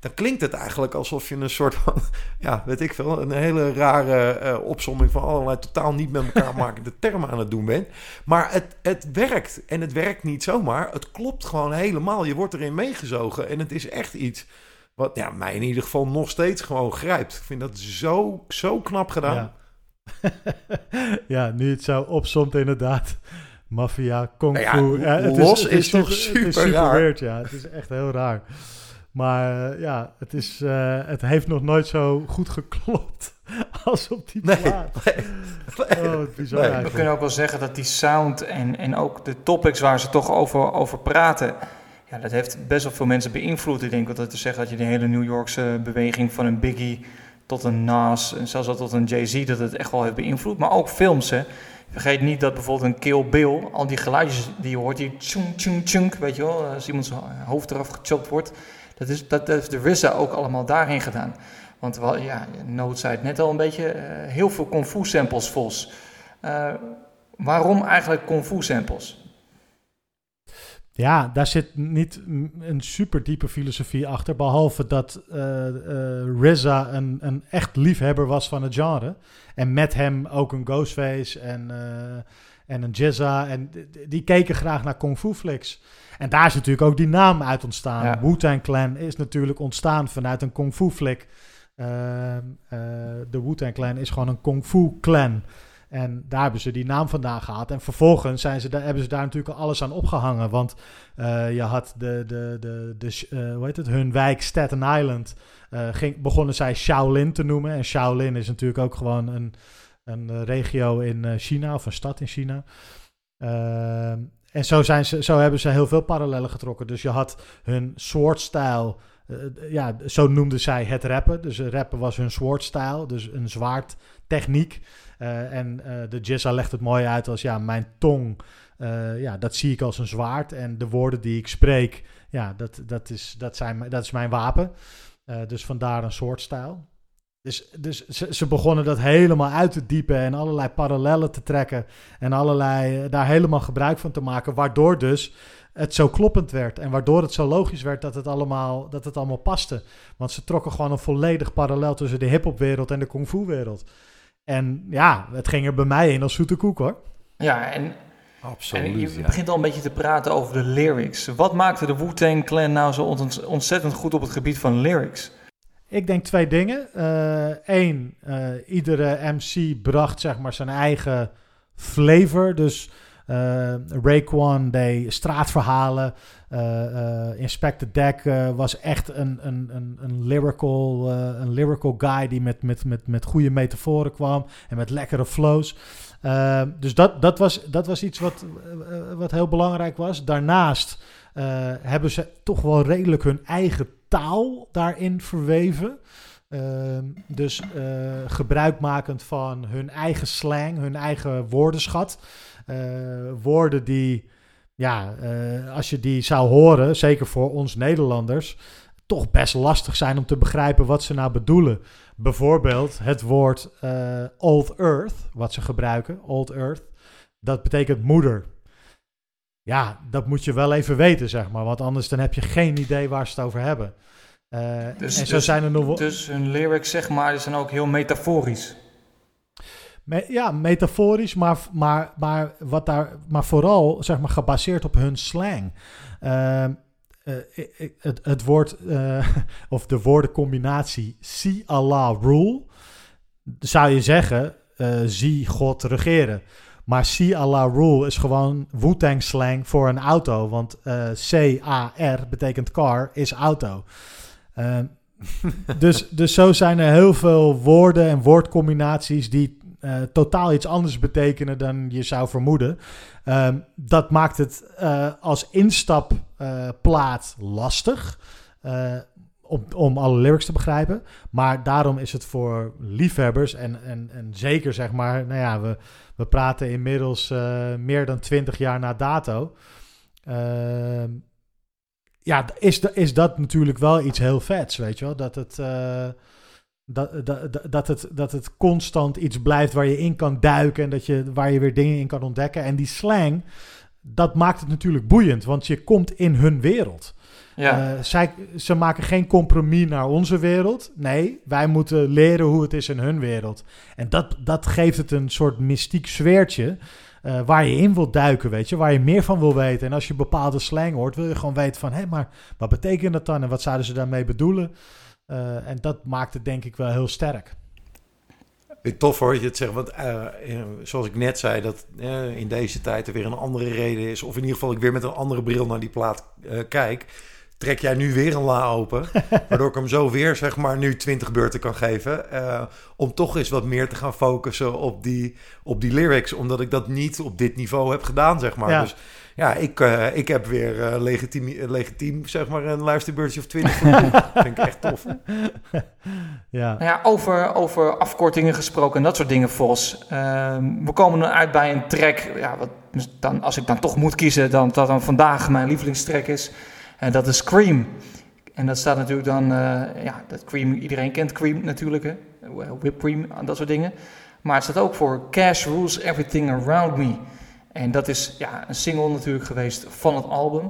dan klinkt het eigenlijk alsof je een soort van, ja, weet ik veel, een hele rare opsomming van allerlei totaal niet met elkaar makende termen aan het doen bent. Maar het werkt. En het werkt niet zomaar. Het klopt gewoon helemaal. Je wordt erin meegezogen. En het is echt iets wat mij in ieder geval nog steeds gewoon grijpt. Ik vind dat zo knap gedaan. Ja. Ja, nu het zo opsomt inderdaad. Maffia, kung fu. Het is toch super raar. Weird, ja. Het is echt heel raar. Maar het heeft nog nooit zo goed geklopt als op die plaat. Nee. Bizar. We kunnen ook wel zeggen dat die sound en ook de topics waar ze toch over praten, ja, dat heeft best wel veel mensen beïnvloed. Ik denk dat te zeggen dat je de hele New Yorkse beweging van een Biggie tot een Nas en zelfs al tot een Jay-Z, dat het echt wel heeft beïnvloed. Maar ook films, hè. Vergeet niet dat bijvoorbeeld een Kill Bill, al die geluidjes die je hoort, die tjunk, tjunk, tjunk, weet je wel, als iemand zijn hoofd eraf gechopt wordt, dat heeft de RZA ook allemaal daarin gedaan. Want Noot zei het net al een beetje, heel veel kung fu samples Vos. Waarom eigenlijk kung fu samples? Ja, daar zit niet een super diepe filosofie achter, behalve dat RZA een echt liefhebber was van het genre. En met hem ook een Ghostface en een Jizza. En die keken graag naar kung fu flicks. En daar is natuurlijk ook die naam uit ontstaan. Ja. Wu-Tang Clan is natuurlijk ontstaan vanuit een kung fu flick. De Wu-Tang Clan is gewoon een kung fu clan. En daar hebben ze die naam vandaan gehad. En vervolgens hebben ze daar natuurlijk al alles aan opgehangen. Want je had hun wijk Staten Island. Begonnen zij Shaolin te noemen. En Shaolin is natuurlijk ook gewoon een regio in China. Of een stad in China. En zo hebben ze heel veel parallellen getrokken. Dus je had hun swordstyle. Zo noemden zij het rappen. Dus rappen was hun swordstyle. Dus een zwaardtechniek. En de Jizza legt het mooi uit als mijn tong, dat zie ik als een zwaard. En de woorden die ik spreek, dat is mijn wapen. Dus vandaar een swordstyle. Dus ze begonnen dat helemaal uit te diepen en allerlei parallellen te trekken. En daar helemaal gebruik van te maken. Waardoor dus het zo kloppend werd. En waardoor het zo logisch werd dat het allemaal paste. Want ze trokken gewoon een volledig parallel tussen de hiphopwereld en de kung fu wereld. En het ging er bij mij in als zoete koek, hoor. Ja, absoluut. En je begint al een beetje te praten over de lyrics. Wat maakte de Wu-Tang Clan nou zo ontzettend goed op het gebied van lyrics? Ik denk 2 dingen. 1, iedere MC bracht zeg maar zijn eigen flavor. Dus Raekwon deed straatverhalen. Inspector Deck was echt een lyrical guy die met goede metaforen kwam en met lekkere flows. Dus dat was iets wat heel belangrijk was. Daarnaast hebben ze toch wel redelijk hun eigen taal daarin verweven. Dus gebruikmakend van hun eigen slang, hun eigen woordenschat. Woorden die, als je die zou horen, zeker voor ons Nederlanders, toch best lastig zijn om te begrijpen wat ze nou bedoelen. Bijvoorbeeld het woord Old Earth, wat ze gebruiken, Old Earth, dat betekent moeder. Ja, dat moet je wel even weten, zeg maar, want anders dan heb je geen idee waar ze het over hebben. Dus hun lyrics, zeg maar, die zijn ook heel metaforisch. Metaforisch, maar vooral zeg maar gebaseerd op hun slang. Het woord of de woordencombinatie See Allah rule, zou je zeggen, zie God regeren. Maar See Allah rule is gewoon Wu-Tang slang voor een auto, want C-A-R betekent car is auto. Dus zo zijn er heel veel woorden en woordcombinaties die totaal iets anders betekenen dan je zou vermoeden. Dat maakt het als instapplaat lastig om alle lyrics te begrijpen. Maar daarom is het voor liefhebbers en zeker zeg maar, we praten inmiddels meer dan 20 jaar na dato. Is dat natuurlijk wel iets heel vets, weet je wel? Dat het constant iets blijft waar je in kan duiken en waar je weer dingen in kan ontdekken. En die slang, dat maakt het natuurlijk boeiend, want je komt in hun wereld. Ja. Ze maken geen compromis naar onze wereld. Nee, wij moeten leren hoe het is in hun wereld. En dat geeft het een soort mystiek sfeertje waar je in wilt duiken, weet je, waar je meer van wil weten. En als je bepaalde slang hoort, wil je gewoon weten van, hé, maar wat betekent dat dan en wat zouden ze daarmee bedoelen? En dat maakt het denk ik wel heel sterk. Tof hoor, je het zegt, want zoals ik net zei, dat in deze tijd er weer een andere reden is, of in ieder geval ik weer met een andere bril naar die plaat kijk, trek jij nu weer een la open, waardoor ik hem zo weer, zeg maar, nu 20 beurten kan geven, om toch eens wat meer te gaan focussen op die lyrics, omdat ik dat niet op dit niveau heb gedaan, zeg maar. Ja. Dus ja, ik heb weer legitiem, zeg maar, een luisterbeurtje of 20. Dat vind ik echt tof. Ja. Nou ja, over afkortingen gesproken en dat soort dingen, Vos. We komen dan uit bij een track, ja, als ik dan toch moet kiezen, dat dan vandaag mijn lievelingstrack is. En dat is Cream. En dat staat natuurlijk dan, dat Cream, iedereen kent Cream natuurlijk, hè? Whipped cream, dat soort dingen. Maar het staat ook voor Cash Rules Everything Around Me. En dat is een single natuurlijk geweest van het album.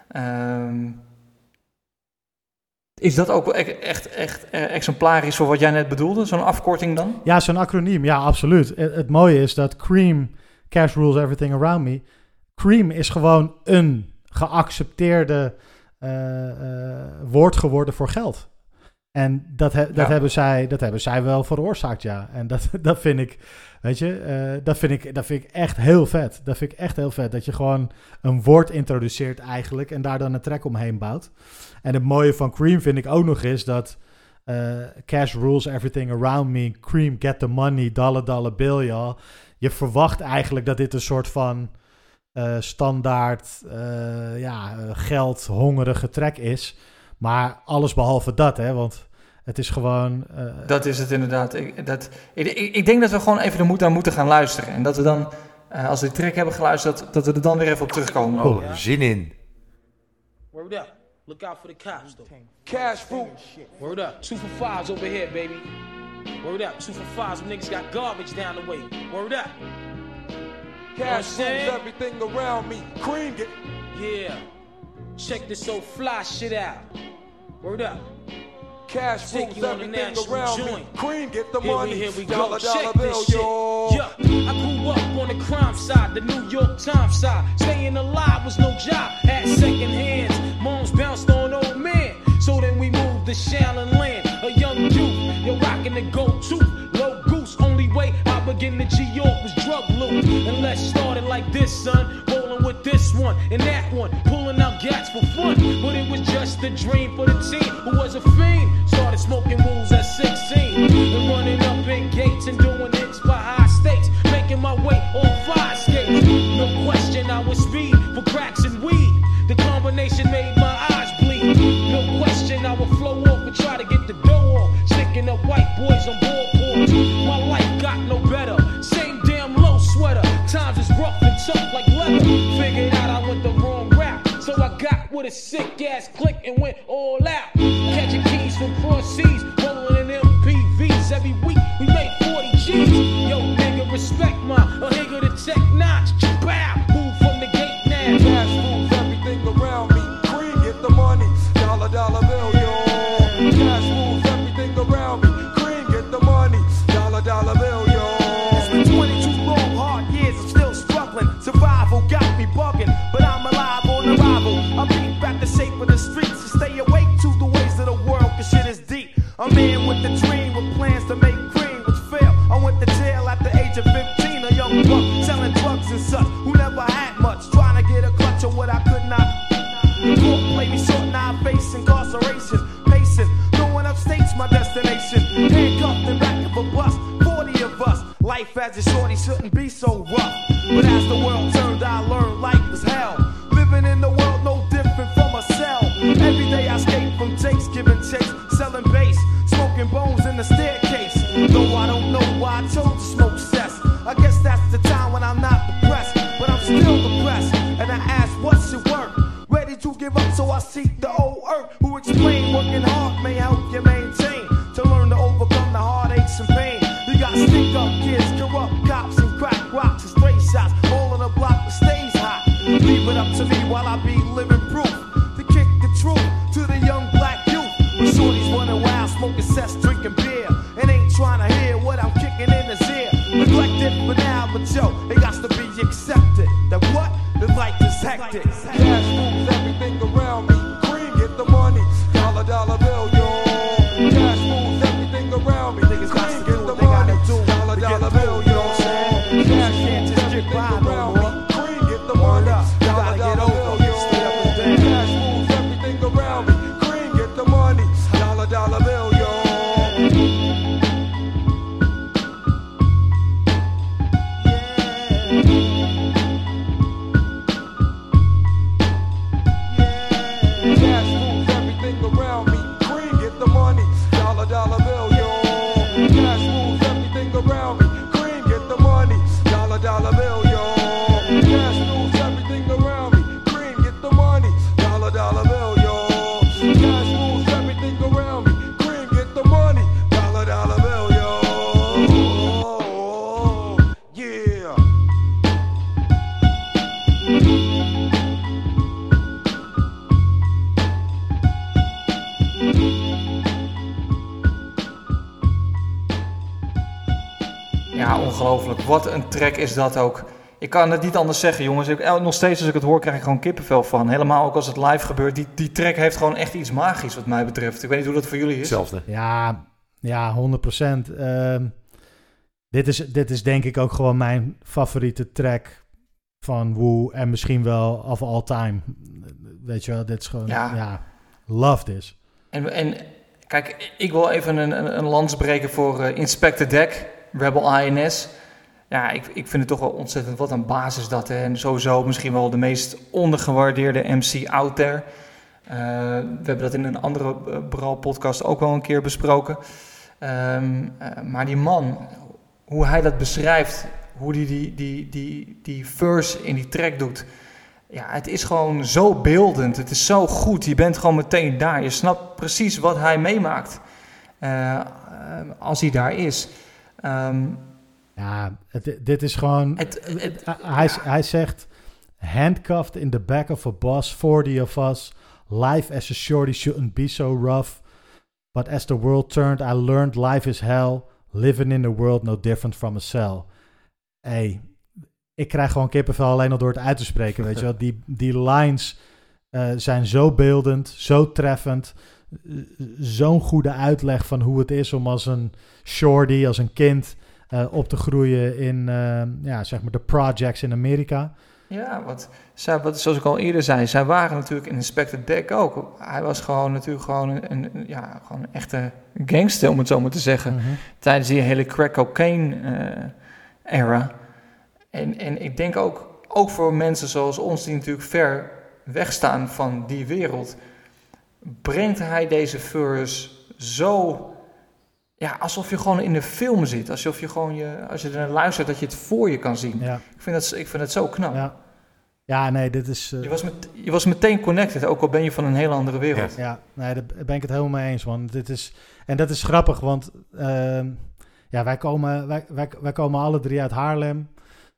Is dat ook echt exemplarisch voor wat jij net bedoelde? Zo'n afkorting dan? Ja, zo'n acroniem. Ja, absoluut. Het mooie is dat Cream, Cash Rules Everything Around Me. Cream is gewoon een geaccepteerde woord geworden voor geld. En dat hebben zij wel veroorzaakt, ja. En dat vind ik, weet je, dat vind ik echt heel vet. Dat vind ik echt heel vet, dat je gewoon een woord introduceert eigenlijk en daar dan een track omheen bouwt. En het mooie van Cream vind ik ook nog is dat Cash Rules Everything Around Me, Cream, Get the Money, dollar bill, y'all. Je verwacht eigenlijk dat dit een soort van standaard geldhongerige track is. Maar alles behalve dat, hè, want het is gewoon... Dat is het inderdaad. Ik denk dat we gewoon even naar moeten gaan luisteren. En dat we dan, als we die track hebben geluisterd, dat we er dan weer even op terugkomen. Oh, zin in. Word up. Look out for the cops, though. Cash fruit. Word up. 2 for 5s over here, baby. Word up. 2 for 5s. Them niggas got garbage down the way. Word up. Cash rules everything around me. Cream it. Yeah. Check this so fly shit out. Word up. Cash rules everything around me. Cream, get the money. Here we go. Check this shit. Yeah. I grew up on the crime side, the New York Times side. Staying alive was no job. Had second hands. Moms bounced on old men. So then we moved to Shaolin Land. A young youth, you're rocking the go-to. Low goose, only way I begin to G-York was drug loot. And let's start it like this, son. Rolling with this one and that one. Pulling out gats for fun. But it was just a dream for the team who was a fiend. Started smoking rules at 16. And running up in gates and doing hits by high stakes. Making my way on 5 skates. No question I was speed for cracks and weed. The combination made my eyes bleed. No question I would flow off and try to get the dough off. Sticking up white boys on boardboards. My life got no better. Same damn low sweater. Times is rough and tough like leather. Figured out I went the wrong route. So I got with a sick ass click and went all out. Catching keys from cross seas. Rolling in MPVs. Every week we made 40 G's. Yo nigga respect my a nigga to tech notch. Bow. Move from the gate now. Cash rules everything around me. Cream, get the money. Dollar bill, yo. Cash rules everything around me. Cream, get the money. Dollar bill, yo. It's been 22 long, hard years. I'm still struggling. Survival got me bugging, but I'm alive on arrival. I beat back the shape of the streets and stay awake to the ways of the world, cause shit is deep. A man with a dream with plans to make cream, which failed. I went to jail at the age of 15. A young buck selling drugs and such, who never had much, trying to get a clutch of what I could not. The court played me short, now I face incarceration. Pacing, going upstate's my destination. Handcuffed in back of a bus, 40 of us. Life as a shorty shouldn't be so rough. But as the world turned, I learned life was hell. Living in the world no different from a cell. Every day I escape from Jake's, giving chase, selling bass, smoking bones in the staircase. Though I don't know why I chose to smoke cess. I guess that's the time when I'm not depressed, but I'm still depressed. And I ask, what's it worth? Ready to give up, so I seek the old earth who explain working hard may help you maintain. To learn to overcome the heartaches and pain. You got stick-up kids, corrupt cops, and crack rocks and stray shots. All in a block that stays hot. it up to me while I be living proof. To kick the truth to the young black youth. When shorties running wild, smoking cess, drinking beer, and ain't trying to hear what I'm kicking in his ear. Neglected for now, but yo, it got to be accepted. That what? The life is hectic. Cash moves everything around me. Green, get the money. Dollar, dollar bill, yo. Cash moves everything around me. Niggas got Green, to do get the what they gotta money. do Dollar, to get dollar through, bill, you know yo. what I'm saying? Cash Can't moves just get everything by no around more. me. Green, get the Word money. up, you Dollar, gotta get dollar over bill, it. Straight up yo. and down. Cash moves everything around me. Green, get the money. Dollar, dollar bill, yo. Cash moves everything around me. Green, get the money. Dollar, dollar bill, yo. Cash moves everything around me. Green, get the money. Dollar, dollar bill, yo. Cash moves everything around me. Green, get the money. Dollar, dollar bill, yo. Cash moves everything around me. Green, get the money. Dollar, dollar bill, yo. Yeah. Ja, ongelooflijk. Wat een track is dat ook. Ik kan het niet anders zeggen, jongens. Nog steeds als ik het hoor, krijg ik gewoon kippenvel van. Helemaal ook als het live gebeurt. Die track heeft gewoon echt iets magisch wat mij betreft. Ik weet niet hoe dat voor jullie is. Hetzelfde. Ja, 100%. Dit is denk ik ook gewoon mijn favoriete track van Wu en misschien wel of all time. Weet je wel, dit is gewoon, ja love this. En kijk, ik wil even een lans breken voor Inspector Deck, Rebel INS. Ja, ik vind het toch wel ontzettend wat een basis dat. Hè? En sowieso misschien wel de meest ondergewaardeerde MC out there. We hebben dat in een andere Bral-podcast ook wel een keer besproken. Maar die man, hoe hij dat beschrijft, hoe die verse in die track doet. Ja, het is gewoon zo beeldend. Het is zo goed. Je bent gewoon meteen daar. Je snapt precies wat hij meemaakt als hij daar is. Ja, dit is gewoon... Hij zegt... Handcuffed in the back of a bus, 40 of us. Life as a shorty shouldn't be so rough. But as the world turned, I learned life is hell. Living in the world no different from a cell. Hey, ik krijg gewoon kippenvel alleen al door het uit te spreken, weet je wel. Die lines zijn zo beeldend, zo treffend. Zo'n goede uitleg van hoe het is om als een shorty, als een kind... op te groeien in zeg maar de projects in Amerika. Ja, wat zoals ik al eerder zei, zij waren natuurlijk in Inspector Deck ook. Hij was gewoon natuurlijk gewoon een echte gangster, om het zo maar te zeggen. Mm-hmm. Tijdens die hele crack cocaine era. En ik denk ook voor mensen zoals ons die natuurlijk ver wegstaan van die wereld, brengt hij deze verse zo... Ja, alsof je gewoon in de film zit. Alsof je gewoon als je er naar luistert, dat je het voor je kan zien. Ja. Ik vind het zo knap. Ja, nee, dit is... Je was meteen connected, ook al ben je van een hele andere wereld. Ja, nee, daar ben ik het helemaal mee eens, man. En dat is grappig, want wij komen alle drie uit Haarlem.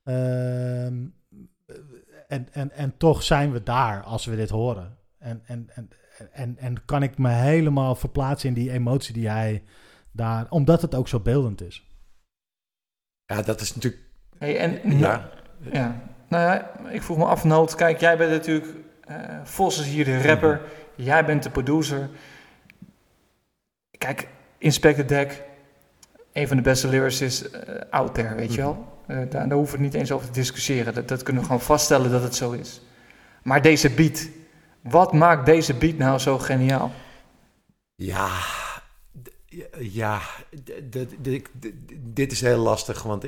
En toch zijn we daar als we dit horen. En kan ik me helemaal verplaatsen in die emotie die hij... daar, omdat het ook zo beeldend is. Ja, dat is natuurlijk... Hey, nou ja, ik vroeg me af, Noot, kijk, jij bent natuurlijk... Vos is hier de rapper, jij bent de producer. Kijk, Inspector Deck, een van de beste lyricists out there, weet je wel. Daar hoeven we het niet eens over te discussiëren. Dat kunnen we gewoon vaststellen dat het zo is. Maar deze beat, wat maakt deze beat nou zo geniaal? Ja, dit is heel lastig, want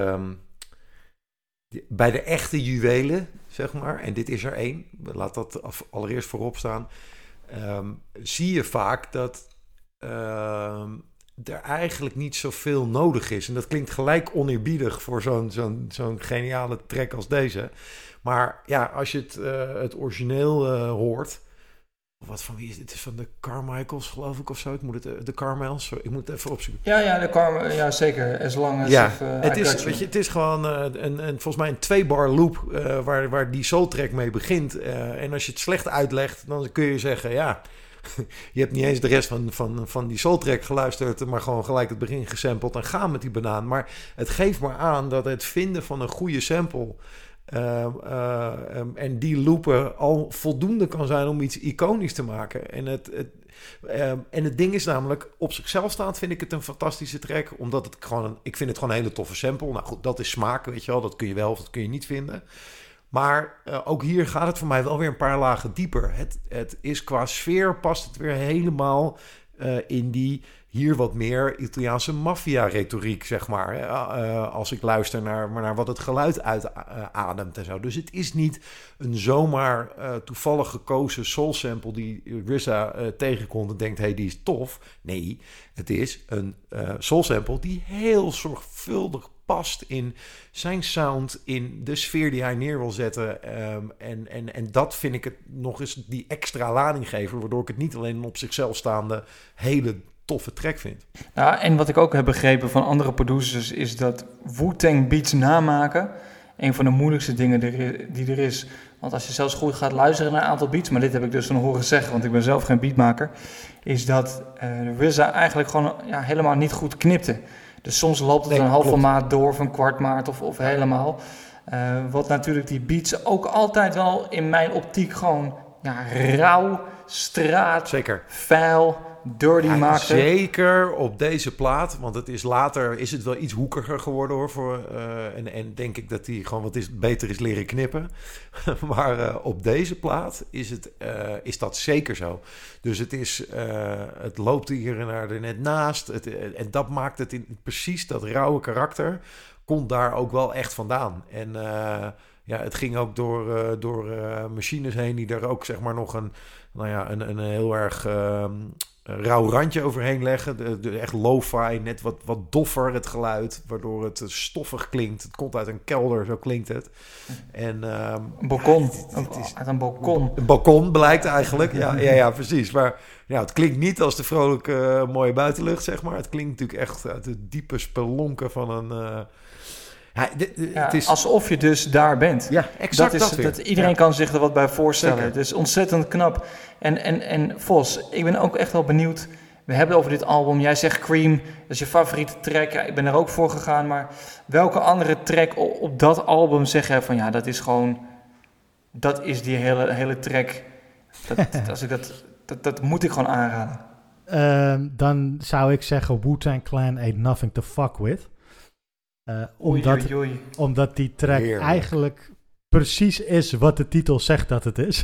bij de echte juwelen, zeg maar, en dit is er één, laat dat allereerst voorop staan, zie je vaak dat er eigenlijk niet zoveel nodig is. En dat klinkt gelijk oneerbiedig voor zo'n geniale track als deze. Maar ja, als je het origineel hoort, Wat van wie is dit? Het is van de Carmichaels, geloof ik, of zo. Ik moet het de Carmels. Sorry, ik moet het even opzoeken. Ja, zeker. As long as het is gewoon volgens mij een 2-bar loop waar die soul track mee begint. En als je het slecht uitlegt, dan kun je zeggen, ja, je hebt niet eens de rest van die soul track geluisterd, maar gewoon gelijk het begin gesampled en gaan met die banaan. Maar het geeft maar aan dat het vinden van een goede sample en die loopen al voldoende kan zijn om iets iconisch te maken. En het ding is namelijk, op zichzelf staand vind ik het een fantastische track, omdat ik vind het gewoon een hele toffe sample. Nou goed, dat is smaak, weet je wel. Dat kun je wel of dat kun je niet vinden. Maar ook hier gaat het voor mij wel weer een paar lagen dieper. Het is qua sfeer, past het weer helemaal in die hier wat meer Italiaanse maffia-retoriek, zeg maar. Als ik luister naar wat het geluid uitademt en zo. Dus het is niet een zomaar toevallig gekozen soul-sample die RZA tegenkomt en denkt, hey, die is tof. Nee, het is een soul-sample die heel zorgvuldig past in zijn sound, in de sfeer die hij neer wil zetten. En dat vind ik het nog eens die extra lading geven, waardoor ik het niet alleen een op zichzelf staande hele toffe track vind. Nou, en wat ik ook heb begrepen van andere producers is dat Wu-Tang beats namaken een van de moeilijkste dingen die er is. Want als je zelfs goed gaat luisteren naar een aantal beats, maar dit heb ik dus van horen zeggen, want ik ben zelf geen beatmaker, is dat RZA eigenlijk gewoon helemaal niet goed knipte. Dus soms loopt het een halve maat door of een kwart maat of helemaal. Wat natuurlijk die beats ook altijd wel in mijn optiek gewoon rauw, straat, zeker, vuil, dirty maakte. Zeker op deze plaat, want het is later is het wel iets hoekiger geworden hoor. En denk ik dat hij gewoon beter is leren knippen. Maar op deze plaat is dat zeker zo. Dus het loopt hier en daar er net naast. En dat maakt het in precies dat rauwe karakter komt daar ook wel echt vandaan. En het ging ook door machines heen die daar ook zeg maar nog een heel erg rauw randje overheen leggen. Echt lo-fi, net wat doffer het geluid, waardoor het stoffig klinkt. Het komt uit een kelder, zo klinkt het. En een balkon. Uit een balkon. Een balkon blijkt eigenlijk. Ja, precies. Maar het klinkt niet als de vrolijke mooie buitenlucht, zeg maar. Het klinkt natuurlijk echt uit de diepe spelonken van een het is alsof je dus daar bent. Ja, exact dat iedereen kan zich er wat bij voorstellen. Zeker. Het is ontzettend knap. En Vos, ik ben ook echt wel benieuwd. We hebben over dit album. Jij zegt Cream, dat is je favoriete track. Ja, ik ben er ook voor gegaan. Maar welke andere track op dat album zeg je van dat is gewoon... Dat is die hele track. Dat moet ik gewoon aanraden. Dan zou ik zeggen Wu-Tang Clan Ain't Nothing to Fuck With. Omdat die track eigenlijk precies is wat de titel zegt dat het is.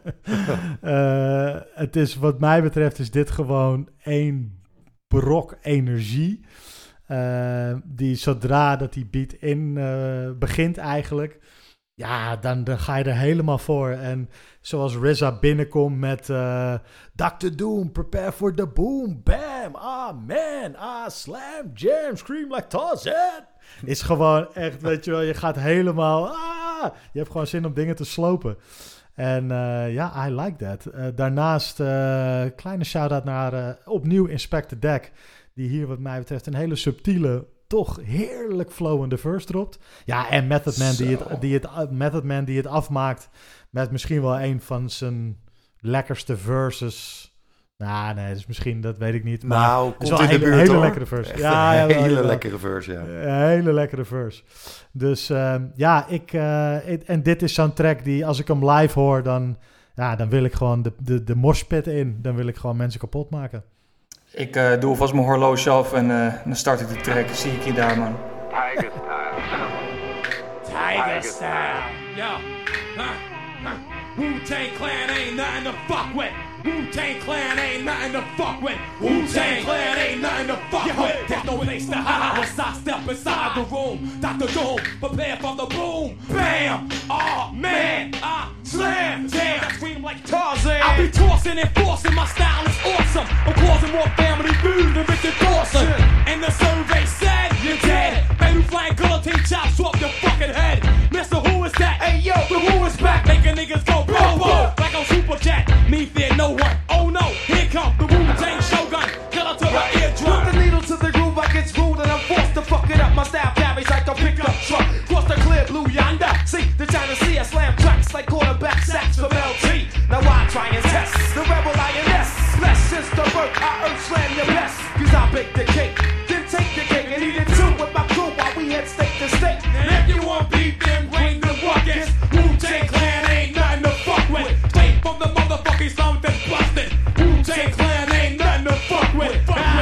Het is wat mij betreft is dit gewoon één brok energie. Die zodra dat die beat begint eigenlijk, dan ga je er helemaal voor. En zoals RZA binnenkomt met Dr. Doom, prepare for the boom, bam, ah man, ah slam, jam, scream like Tarzan. Is gewoon echt, weet je wel, je gaat helemaal, je hebt gewoon zin om dingen te slopen. En I like that. Daarnaast, kleine shout-out naar opnieuw Inspector Deck, die hier wat mij betreft een hele subtiele, toch heerlijk flowende verse dropt. Ja, en Method Man die het afmaakt met misschien wel een van zijn lekkerste verses. Nou, nee, dus misschien, dat weet ik niet. Maar het is wel een hele lekkere verse. Een hele lekkere verse, ja. Een hele lekkere verse. Dus en dit is zo'n track die, als ik hem live hoor, dan wil ik gewoon de morspit in. Dan wil ik gewoon mensen kapot maken. Ik doe alvast mijn horloge af en dan start ik de track. Zie ik je daar, man. Tiger style. Tiger style. Yo. Wu-Tang Clan ain't nothing to fuck with. Wu-Tang Clan ain't nothing to fuck with. Wu-Tang Clan ain't nothing to fuck with. There's no place to hide once I step inside the room. Dr. Doom, prepare for the boom. Bam! Oh man, I slam. Damn, I scream like Tarzan. I be tossing and forcing, my style is awesome. I'm causing more family food than Richard Dawson. And the survey said you're dead. Baby flying guillotine chops off your fucking head. Mister, who is that? Hey yo, the who is back, making niggas go boom boom like on Super Jet. Me fear know what? Oh no, here come the Wu-Tang Shogun. Killer to the eardrum. Put the needle to the groove, I get screwed and I'm forced to fuck it up. My style carries like a pickup truck. Cross the clear blue yonder. See, the China Sea, I slam tracks like quarterback sacks from LT. Now I try and test the rebel INS. Less since the birth, I earth slam your best. Cause I bake the cake, then take the cake and eat it too with my crew while we head state to state. And if you want beef, then bring the buckets. Wu-Tang Clan ain't nothing to fuck with. Straight from the motherfucking something busted. Wu-Tang Clan ain't nothing to fuck with.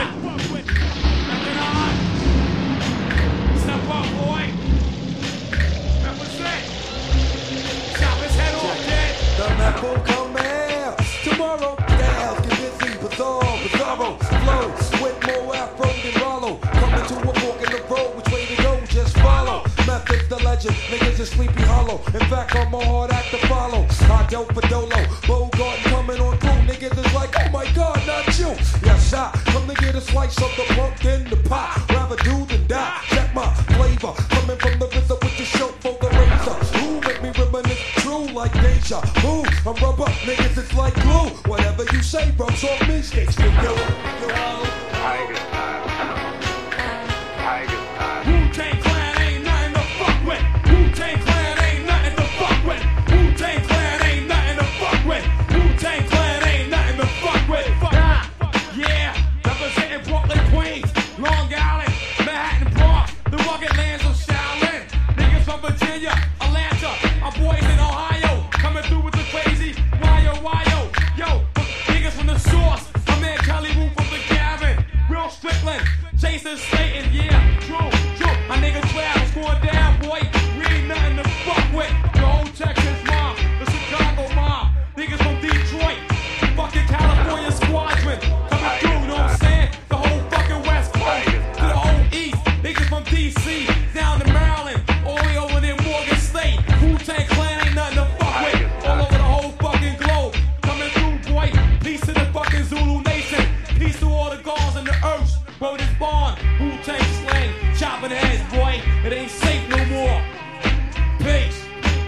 Step up, boy. Represent. Chop his head off, kid. The map will come out tomorrow. Styles get busy, bizarre, flow with more afro than Rollo. Coming to a fork in the road, which way to go? Just follow. Method's the legend, niggas is Sleepy Hollow. In fact, I'm a hard act to follow. I dope for Dolo, Bogart coming on through. Niggas is like, oh my God, not you. Yes, I come to get a slice of the pumpkin, the pie. Rather do than die. Check my flavor, coming from the rhythm with the show for the razor. Who make me reminisce true like deja vu? I'm rubber, niggas it's like glue. Whatever you say rubs off me, sticks to you. Tiger style. Tiger style. Wu-Tang Clan ain't nothing to fuck with. Wu-Tang Clan ain't nothing to fuck with. Wu-Tang Clan ain't nothing to fuck with. Wu-Tang Clan ain't nothing to fuck with. Yeah, representing Brooklyn, Queens, Long Island, Manhattan, Bronx, the rugged lands of Shaolin. Niggas from Virginia, Atlanta, our boys in Ohio, coming through with the crazy wyo. Yo, niggas from the source, my man Kelly Wu from the Gavin, Real Strickland, Jason Slayton, yeah, true. My nigga 12 was going down, boy. We ain't nothing to fuck with. The whole Texas mob, the Chicago mob, niggas from Detroit, fucking California squadron, coming through, know what I'm saying? The whole fucking West Coast, to the whole East, niggas from DC, down to Maryland, all the way over there Morgan State. Wu-Tang Clan ain't nothing to fuck with. All over the whole fucking globe, coming through, boy. Peace to the fucking Zulu Nation, peace to all the gods and the earth. Word is born, Wu-Tang slang, chopping heads, boy. It ain't safe no more. Peace.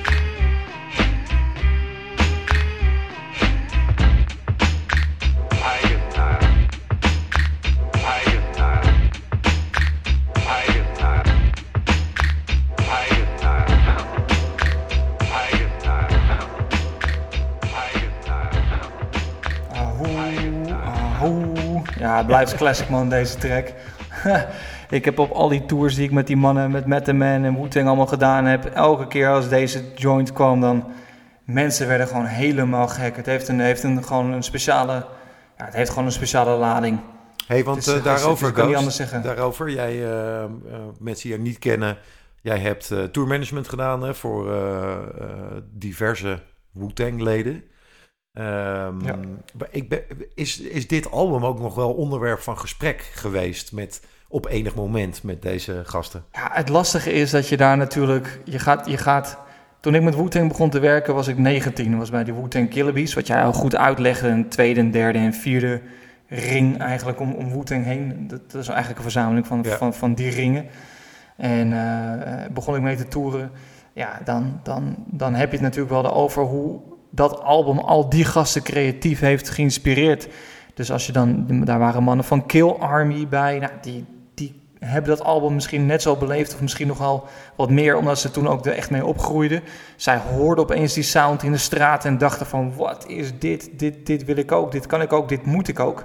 Tiger style. Tiger style. Tiger style. Tiger style. Tiger style. Tiger style. Ahoe. Ja, het blijft classic man, deze track. Ik heb op al die tours die ik met die mannen, met Method Man en Wu-Tang allemaal gedaan heb, elke keer als deze joint kwam, dan mensen werden gewoon helemaal gek. Het heeft gewoon een speciale lading. Hey, want Het is- daarover, ik kan niet Ghost, anders zeggen. daarover, jij, mensen die je niet kennen, jij hebt tourmanagement gedaan hè, voor diverse Wu-Tang-leden. Ja. Is dit album ook nog wel onderwerp van gesprek geweest op enig moment met deze gasten? Ja, het lastige is dat je daar natuurlijk, je gaat. Toen ik met Wu-Tang begon te werken was ik 19. Dat was bij de Wu-Tang Killer Bees, wat jij al goed uitlegde, een tweede, een derde en vierde ring eigenlijk om Wu-Tang heen. Dat is eigenlijk een verzameling van die ringen. En begon ik mee te toeren. Ja, dan heb je het natuurlijk wel over hoe dat album al die gasten creatief heeft geïnspireerd. Dus als je dan, daar waren mannen van Kill Army bij, nou, die hebben dat album misschien net zo beleefd of misschien nog wel wat meer, omdat ze toen ook er echt mee opgroeiden. Zij hoorden opeens die sound in de straat en dachten van, wat is dit? Dit wil ik ook, dit kan ik ook, dit moet ik ook.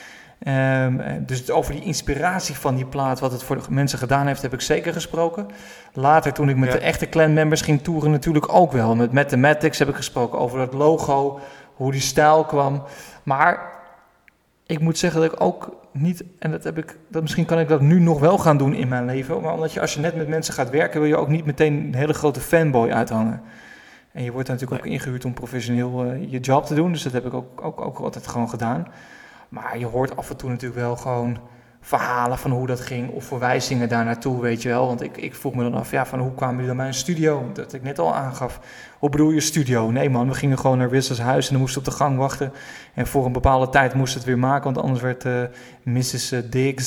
Dus over die inspiratie van die plaat, wat het voor de mensen gedaan heeft, heb ik zeker gesproken. Later, toen ik met de echte Clan-members ging toeren, natuurlijk ook wel. Met Mathematics heb ik gesproken over dat logo, hoe die stijl kwam. Maar ik moet zeggen dat ik ook niet, en misschien kan ik dat nu nog wel gaan doen in mijn leven, maar omdat als je net met mensen gaat werken, wil je ook niet meteen een hele grote fanboy uithangen. En je wordt natuurlijk ook ingehuurd om professioneel je job te doen, dus dat heb ik ook altijd gewoon gedaan. Maar je hoort af en toe natuurlijk wel gewoon verhalen van hoe dat ging of verwijzingen daar naartoe, weet je wel. Want ik vroeg me dan af, van hoe kwamen jullie dan bij een studio? Dat ik net al aangaf. Hoe bedoel je studio? Nee man, we gingen gewoon naar Wissels huis en dan moesten we op de gang wachten. En voor een bepaalde tijd moesten we het weer maken, want anders werd Mrs. Diggs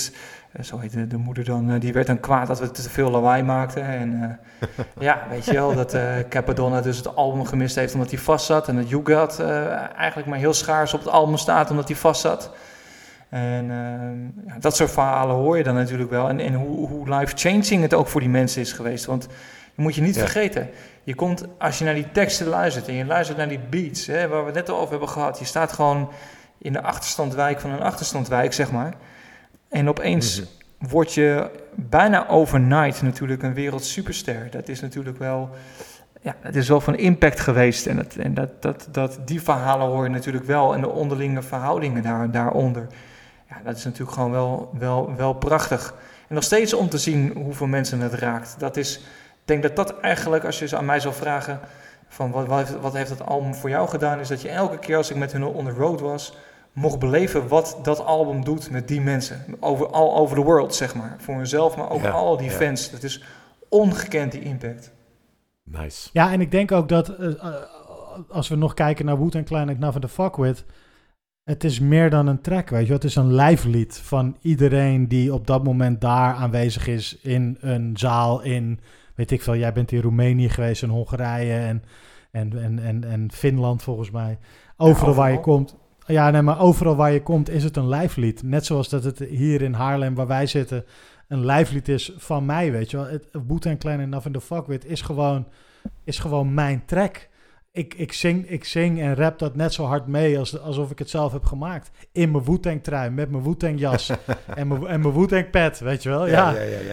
zo heette de moeder dan, die werd dan kwaad dat we te veel lawaai maakten. En ja, weet je wel, dat Cappadonna dus het album gemist heeft omdat hij vast zat. En dat YouGot eigenlijk maar heel schaars op het album staat omdat hij vast zat. En ja, dat soort verhalen hoor je dan natuurlijk wel. En hoe life-changing het ook voor die mensen is geweest. Want je moet je niet vergeten. Je komt, als je naar die teksten luistert en je luistert naar die beats, hè, waar we het net al over hebben gehad. Je staat gewoon in de achterstandwijk van een achterstandwijk, zeg maar. En opeens word je bijna overnight natuurlijk een wereldsuperster. Dat is natuurlijk wel, ja, het is wel van impact geweest. En die verhalen hoor je natuurlijk wel. En de onderlinge verhoudingen daaronder. Ja, dat is natuurlijk gewoon wel prachtig. En nog steeds om te zien hoeveel mensen het raakt. Dat is, ik denk dat eigenlijk, als je aan mij zou vragen van wat heeft dat album voor jou gedaan, is dat je elke keer als ik met hun on the road was, mocht beleven wat dat album doet met die mensen. All over the world, zeg maar. Voor hunzelf, maar ook al die fans. Dat is ongekend, die impact. Nice. Ja, en ik denk ook dat als we nog kijken naar Wu-Tang Clan en Nothing to Fuck With, het is meer dan een track, weet je. Het is een lijflied van iedereen die op dat moment daar aanwezig is in een zaal in, weet ik veel, jij bent in Roemenië geweest, in Hongarije en Finland volgens mij. Overal waar je komt. Ja, nee, maar overal waar je komt is het een lijflied. Net zoals dat het hier in Haarlem, waar wij zitten, een lijflied is van mij, weet je wel. Wu-Tang Clan en Nothing to Fuck With is gewoon mijn track. Ik zing en rap dat net zo hard mee alsof ik het zelf heb gemaakt. In mijn Wu-Tang trui, met mijn Wu-Tang jas en mijn Wu-Tang pet, weet je wel. Ja.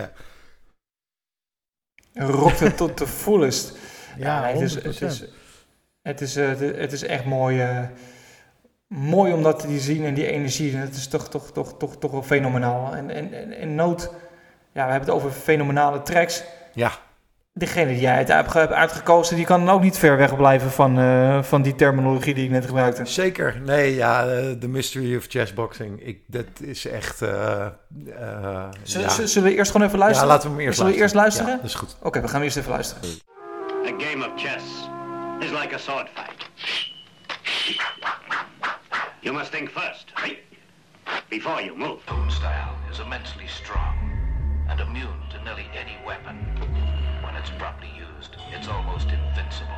Rokt het tot de fullest. Ja, het is echt mooi. Mooi om dat te zien en die energie. Het is toch wel fenomenaal. En Noot, ja, we hebben het over fenomenale tracks. Ja. Degene die jij hebt uitgekozen, die kan ook niet ver weg blijven van die terminologie die ik net gebruikte. Zeker. Nee, ja, The Mystery of Chessboxing. Dat is echt... Zullen we eerst gewoon even luisteren? Ja, laten we hem eerst luisteren. Zullen we eerst luisteren? Ja, dat is goed. Oké, we gaan eerst even luisteren. A game of chess is like a sword fight. You must think first, right? Before you move. Own style is immensely strong and immune to nearly any weapon. When it's properly used, it's almost invincible.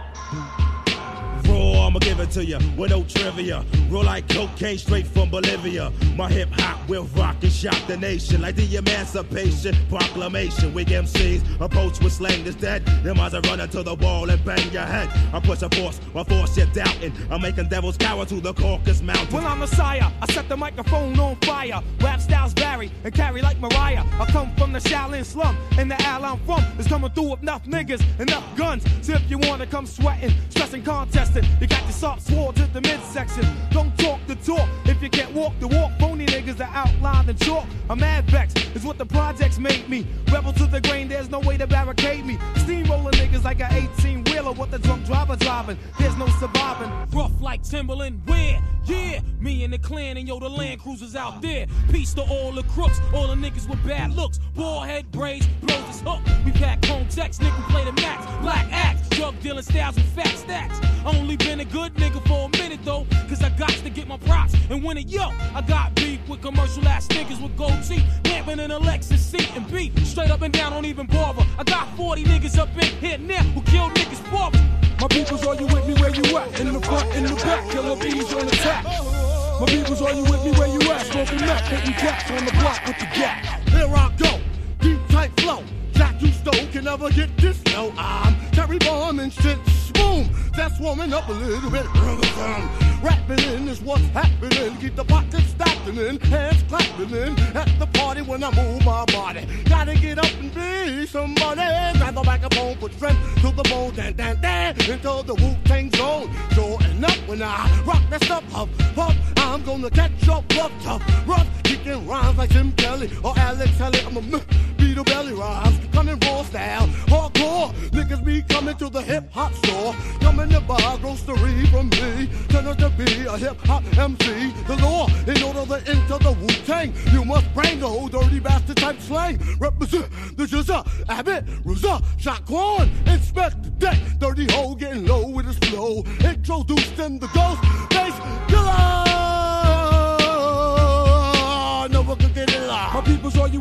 Raw, I'ma give it to you with no trivia. Raw like cocaine straight from Bolivia. My hip hop will rock and shock the nation like the Emancipation Proclamation. Wig MCs approach with slang that's dead. Them eyes are running to the wall and bang your head. I push a force, my force you're doubting. I'm making devils cower to the Caucasus Mountain. When I'm Messiah, I set the microphone on fire. Rap styles vary and carry like Mariah. I come from the Shaolin slum, and the al I'm from is coming through with enough niggas, enough guns. So if you wanna come sweating, stressing, contesting, you got your soft swords at the midsection. Don't talk the talk if you can't walk the walk. Phony niggas that outline the chalk. I'm mad vexed is what the projects made me. Rebel to the grain, there's no way to barricade me. Steamrolling niggas like an 18-wheeler with the drunk driver driving. There's no surviving. Rough like Timberland, where? Yeah, me and the clan and yo, the Land Cruisers out there. Peace to all the crooks, all the niggas with bad looks. Ball head braids, blows his hook. We pack home checks, nigga play the max. Black axe, drug dealing styles with fat stacks. Only been a good nigga for a minute though, cause I got to get my props and win it. Yo, I got beef with commercial ass niggas with gold teeth, lamping in a Lexus seat and beat straight up and down, don't even bother. I got 40 niggas up in here now who kill niggas for me. My peoples, are you with me where you at? In the front, in the back, killer bees on attack. My peoples, are you with me where you at? Smoking up, hitting caps on the block with the gap. Here I go, deep tight flow. Jack you stole can never get this. No, I'm Terry Bomb and shit. Boom, that's warming up a little bit. Rapping in is what's happening. Keep the pockets stacking in, hands clapping in. At the party when I move my body. Gotta get up and be somebody. Grab the microphone, put strength to the bone. Dan, dan, dan, into the Wu-Tang zone. Showing up when I rock that stuff up, up. I'm gonna catch up, rough, tough, rough. Kicking rhymes like Tim Kelly or Alex Haley. I'm a beat a belly rhymes. Coming raw style, hardcore. Niggas be coming to the hip hop store. Coming to buy grocery from me. Turn out to be a hip hop MC. The law, in order to enter the Wu-Tang, you must bring the old dirty bastard type slang. Represent the Jizza, Abbott, Rizza, Shaquan, inspect the deck. Dirty hoe getting low with his flow. Introduced in the ghost bass killer. No one can get it live. My peoples, are you with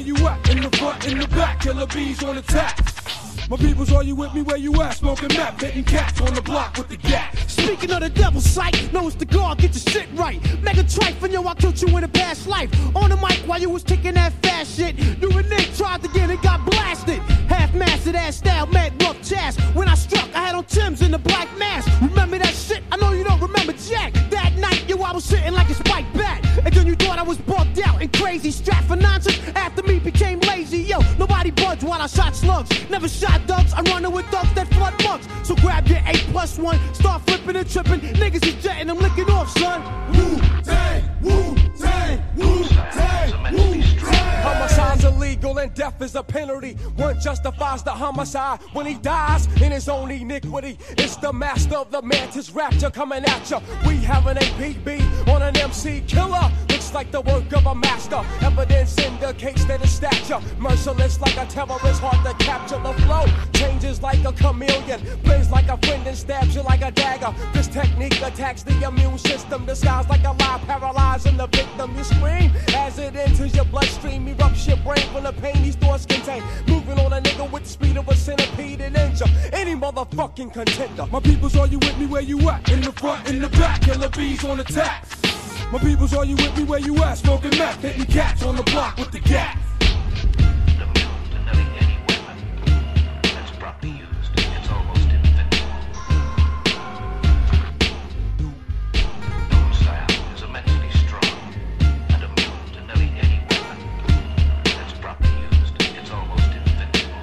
you at? In the front, in the back, killer bees on attack. My peoples, are you with me? Where you at? Smoking meth, hitting cats on the block with the gat. Speaking of the devil's sight, know it's the guard, get your shit right. Mega trife, yo, I killed you in a past life. On the mic while you was kicking that fast shit. You and Nick tried to get it, got blasted. Half-mastered ass style, mad rough chast. When I struck, I had on Tim's in the black mask. Remember that shit? I know you don't remember Jack. That night, yo, I was sitting like a spiked bat. And then you thought I was bugged out and crazy. Strapped for nonsense, after me became lazy. Yo, nobody budged while I shot slugs. Never shot ducks, I'm running with ducks that flood bucks. So grab your 8+1, start flipping and tripping. Niggas is jetting, I'm licking off, son. Wu-Tang, Wu-Tang, Wu-Tang, Wu-Tang. Homicide's illegal and death is a penalty. One justifies the homicide when he dies in his own iniquity. It's the master of the mantis rapture coming at ya. We have an APB on an MC killer. Looks like the work of a master. Evidence indicates that his stature merciless like a terrorist, hard to capture. The flow changes like a chameleon, blends like a friend and stabs you like a dagger. This technique attacks the immune system, disguised like a lie, paralyzing the victim. You scream as it enters your bloodstream, erupts your brain from the pain these thoughts contain. Moving on a nigga with the speed of a centipede and injure any motherfucking contender. My peoples, are you with me? Where you at? In the front, in the back, killer bees on attack. My peoples, are you with me? Where you at? Smoking meth, hitting cats on the block with the gat. Immune to nearly any weapon that's properly used. It's almost invincible. Doom style is immensely strong and immune to nearly any weapon that's properly used. It's almost invincible.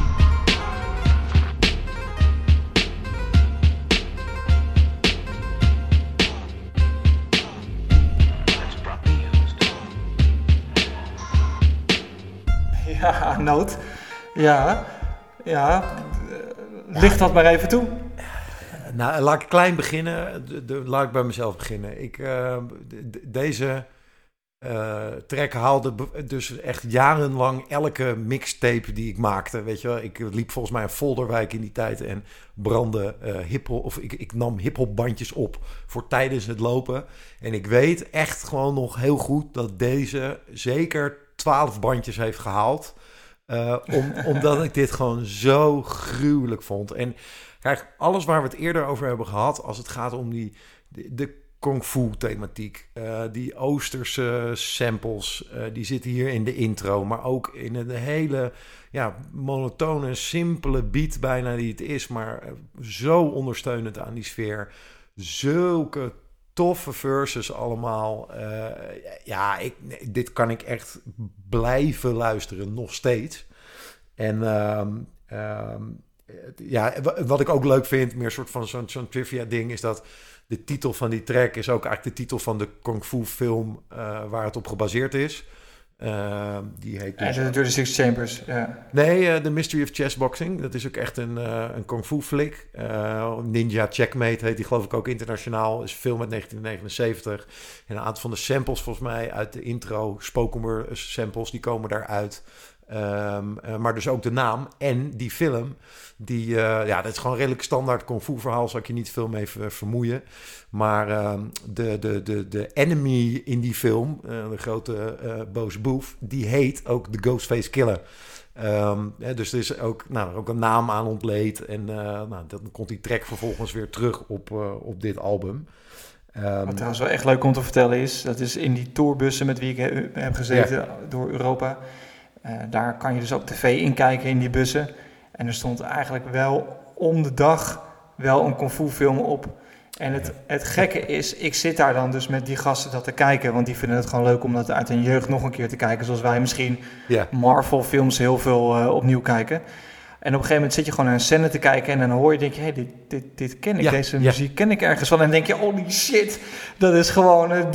That's properly used. Ja, Noot. Ja. Licht dat maar even toe. Nou, laat ik klein beginnen. Laat ik bij mezelf beginnen. Deze track haalde dus echt jarenlang elke mixtape die ik maakte. Weet je wel, ik liep volgens mij een Folderwijk in die tijd en brandde hiphop, of ik nam hiphop bandjes op voor tijdens het lopen. En ik weet echt gewoon nog heel goed dat deze zeker 12 bandjes heeft gehaald. Omdat ik dit gewoon zo gruwelijk vond. En kijk, alles waar we het eerder over hebben gehad, als het gaat om de kung fu thematiek, die Oosterse samples, die zitten hier in de intro, maar ook in een hele monotone, simpele beat bijna die het is, maar zo ondersteunend aan die sfeer. Zulke toffe verses allemaal. Dit kan ik echt blijven luisteren, nog steeds. En wat ik ook leuk vind, meer soort van zo'n trivia ding, is dat de titel van die track is ook eigenlijk de titel van de kung fu film waar het op gebaseerd is. Die heet dus... The 36 Chambers, ja. Nee, The Mystery of Chessboxing. Dat is ook echt een kung fu flick. Ninja Checkmate heet die, geloof ik, ook internationaal. Is een film uit 1979. En een aantal van de samples, volgens mij, uit de intro, spoken word samples, die komen daaruit. Maar dus ook de naam en die film. Dat is gewoon een redelijk standaard kung fu verhaal. Zal ik je niet veel mee vermoeien. Maar de enemy in die film, de grote boze boef, die heet ook de Ghostface Killer. Dus er is ook een naam aan ontleed. En dan komt die track vervolgens weer terug op dit album. Wat trouwens wel echt leuk om te vertellen is, dat is in die tourbussen met wie ik heb gezeten door Europa. Daar kan je dus ook tv in kijken in die bussen. En er stond eigenlijk wel om de dag wel een kung fu film op. En het gekke is, ik zit daar dan dus met die gasten dat te kijken. Want die vinden het gewoon leuk om dat uit hun jeugd nog een keer te kijken. Zoals wij misschien Marvel films heel veel opnieuw kijken. En op een gegeven moment zit je gewoon naar een scène te kijken. En dan hoor je, denk je, dit ken ik. Deze muziek ken ik ergens van. En dan denk je, holy shit, dat is gewoon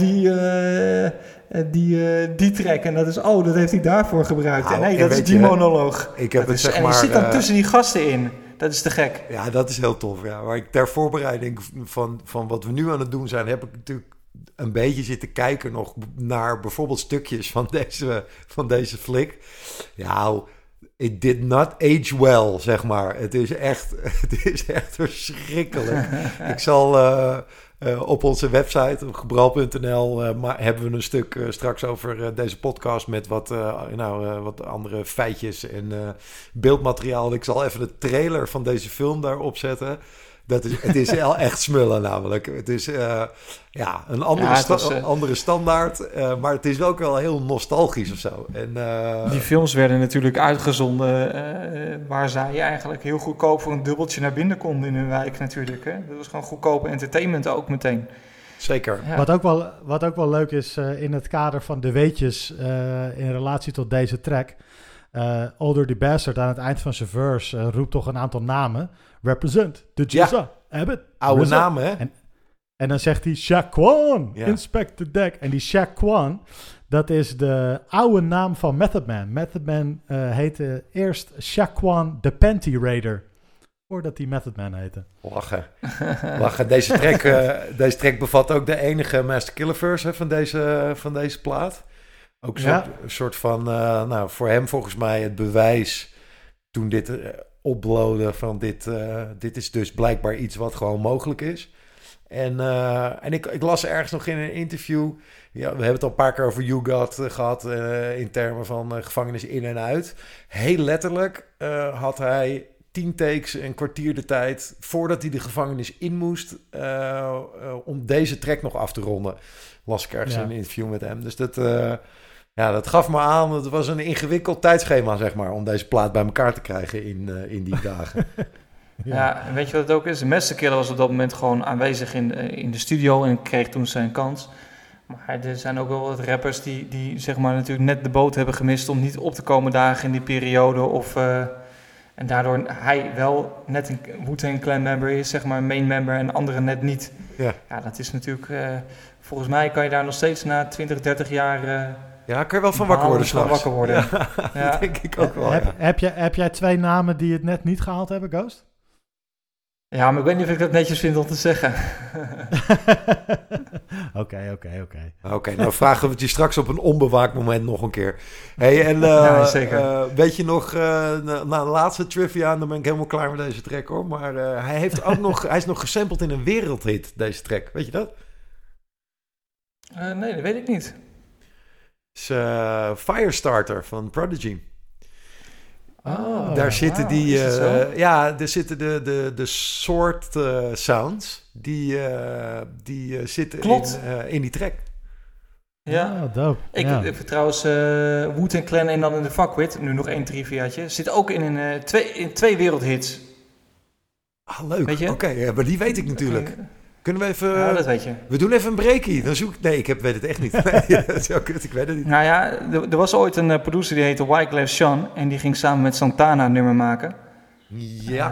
die track. En dat is, dat heeft hij daarvoor gebruikt. En nee, dat is die monoloog. Ik heb het, en je zit dan tussen die gasten in. Dat is te gek. Ja, dat is heel tof. Ja. Maar ter voorbereiding van wat we nu aan het doen zijn, heb ik natuurlijk een beetje zitten kijken nog naar bijvoorbeeld stukjes van deze flick. Ja, it did not age well, zeg maar. Het is echt verschrikkelijk. Ik zal Op onze website, op gebral.nl, hebben we een stuk straks over deze podcast met wat andere feitjes en beeldmateriaal. Ik zal even de trailer van deze film daarop zetten. Het is wel echt smullen namelijk. Het is een andere standaard, maar het is wel ook wel heel nostalgisch of zo. En, die films werden natuurlijk uitgezonden waar zij eigenlijk heel goedkoop voor een dubbeltje naar binnen konden in hun wijk natuurlijk. Hè? Dat was gewoon goedkope entertainment ook meteen. Zeker. Ja. Wat ook wel leuk is in het kader van de weetjes in relatie tot deze track. Older the Bastard aan het eind van zijn verse roept toch een aantal namen. Represent, the Jizza, Abbott. Oude Rizzo. namen, hè? En dan zegt hij Shaquan, Inspector Deck. En die Shaquan, dat is de oude naam van Method Man. Method Man heette eerst Shaquan the Panty Raider. Voordat hij Method Man heette. Lachen. Deze track bevat ook de enige Master Killer verse van deze plaat. Ook een soort van, voor hem volgens mij het bewijs toen dit uploaden van dit is dus blijkbaar iets wat gewoon mogelijk is. En ik las ergens nog in een interview, we hebben het al een paar keer over You Got gehad in termen van gevangenis in en uit. Heel letterlijk had hij 10 takes, een kwartier de tijd voordat hij de gevangenis in moest om deze track nog af te ronden. Las ik ergens in een interview met hem. Dus dat gaf me aan, het was een ingewikkeld tijdschema, zeg maar, om deze plaat bij elkaar te krijgen in die dagen. Ja, en weet je wat het ook is? Master Killer was op dat moment gewoon aanwezig in de studio en kreeg toen zijn kans. Maar er zijn ook wel wat rappers die zeg maar natuurlijk net de boot hebben gemist om niet op te komen dagen in die periode. En daardoor hij wel net een Wu-Tang Clan member is, zeg maar een main member en anderen net niet. Ja, dat is natuurlijk, volgens mij kan je daar nog steeds na 20, 30 jaar... kan je wel van wakker worden s'nachts. Ja, dat denk ik ook wel. Heb jij 2 namen die het net niet gehaald hebben, Ghost? Ja, maar ik weet niet of ik dat netjes vind om te zeggen. Oké. Nou vragen we het je straks op een onbewaakt moment nog een keer. Hey, en zeker. Weet je nog, na de laatste trivia, dan ben ik helemaal klaar met deze track hoor. Maar hij is nog gesampled in een wereldhit, deze track. Weet je dat? Nee, dat weet ik niet. Het is Firestarter van Prodigy. Daar zitten er zitten de soort sounds die zitten in die track. Ja, dope. Ik heb trouwens Wu-Tang Clan en dan in de Fuckwit, nu nog 1 triviaatje, zit ook in 2 wereldhits. Leuk. Oké, maar die weet ik natuurlijk. Kunnen we even... Ja, dat weet je. We doen even een breakie. Dan zoek ik... Nee, weet het echt niet. Nee, dat is heel kut, ik weet het niet. Nou ja, er was ooit een producer die heette Wyclef Jean. En die ging samen met Santana een nummer maken. Ja.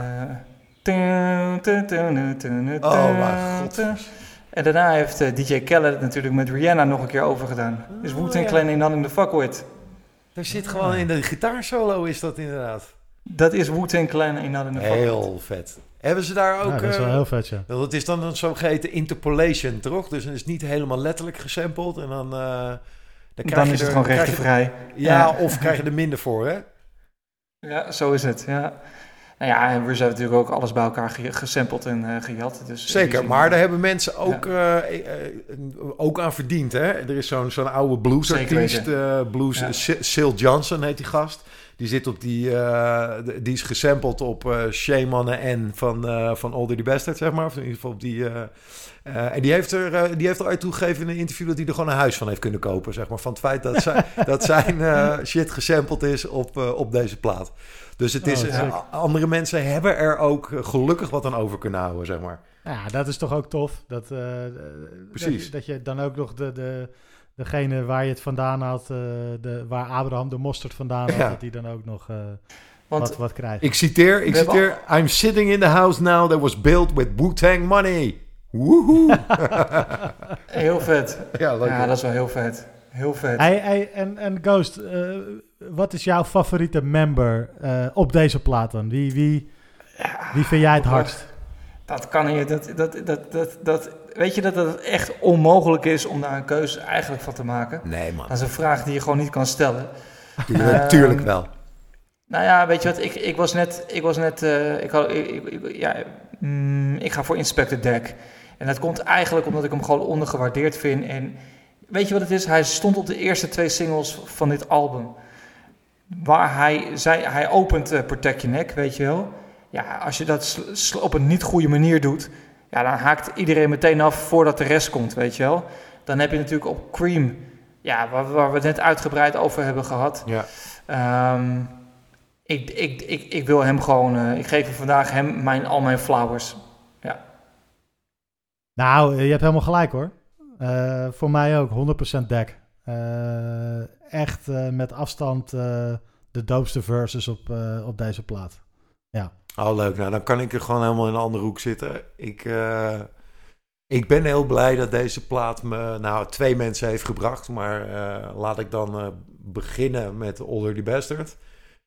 Mijn god. En daarna heeft DJ Khaled het natuurlijk met Rihanna nog een keer overgedaan. Dus Wu-Tang Clan en dan in de Fuckwit. Daar zit gewoon in de gitaarsolo is dat inderdaad. Dat is Wu-Tang Clan en dan in de Fuckwit. Heel vet. Hebben ze daar ook... Ja, dat is wel heel vet, ja. Dat is dan een zogeheten interpolation, toch? Dus het is niet helemaal letterlijk gesampled. En dan is het gewoon rechtenvrij. Of krijg je er minder voor, hè? Ja, zo is het, ja. Nou ja, en we zijn natuurlijk ook alles bij elkaar gesampled en gejat. Dus zeker, maar daar hebben mensen ook aan verdiend, hè? Er is zo'n oude bluesartiest, Sil Johnson heet die gast. Die zit op die is gesampled op Shame N van Older the Bastard, zeg maar. Of in ieder geval op die... en die heeft er uit toegegeven in een interview dat hij er gewoon een huis van heeft kunnen kopen, zeg maar. Van het feit dat zijn shit gesampled is op deze plaat. Dus het is... andere mensen hebben er ook gelukkig wat aan over kunnen houden, zeg maar. Ja, dat is toch ook tof. Precies. Dat je dan ook nog degene waar je het vandaan had, waar Abraham de mosterd vandaan had, dat die dan ook nog wat krijgt. Ik citeer, I'm sitting in the house now that was built with Wu-Tang money. Woehoe. Heel vet. Ja, dat is wel heel vet. Heel vet. En Ghost, wat is jouw favoriete member op deze plaat dan? Wie vind jij het hardst? Dat kan niet. Weet je dat het echt onmogelijk is om daar een keuze eigenlijk van te maken? Nee, man. Dat is een vraag die je gewoon niet kan stellen. Tuurlijk wel. Nou ja, weet je wat? Ik ga voor Inspector Deck. En dat komt eigenlijk omdat ik hem gewoon ondergewaardeerd vind. En weet je wat het is? Hij stond op de eerste 2 singles van dit album. Waar hij opent Protect Your Neck, weet je wel. Ja, als je dat op een niet goede manier doet, ja, dan haakt iedereen meteen af voordat de rest komt, weet je wel. Dan heb je natuurlijk op Cream, ja, waar we het net uitgebreid over hebben gehad. Ja. Ik wil hem gewoon, ik geef hem vandaag al mijn flowers. Ja. Nou, je hebt helemaal gelijk hoor. Voor mij ook, 100% Dek. Echt met afstand de doopste verses op deze plaat. Ja. Oh, leuk. Nou, dan kan ik er gewoon helemaal in een andere hoek zitten. Ik ben heel blij dat deze plaat me 2 mensen heeft gebracht. Maar laat ik dan beginnen met Older the Bastard.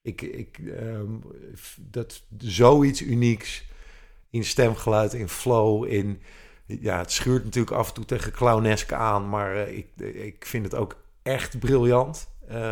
Dat zoiets unieks in stemgeluid, in flow, ja, het schuurt natuurlijk af en toe tegen clownesk aan, maar ik vind het ook echt briljant.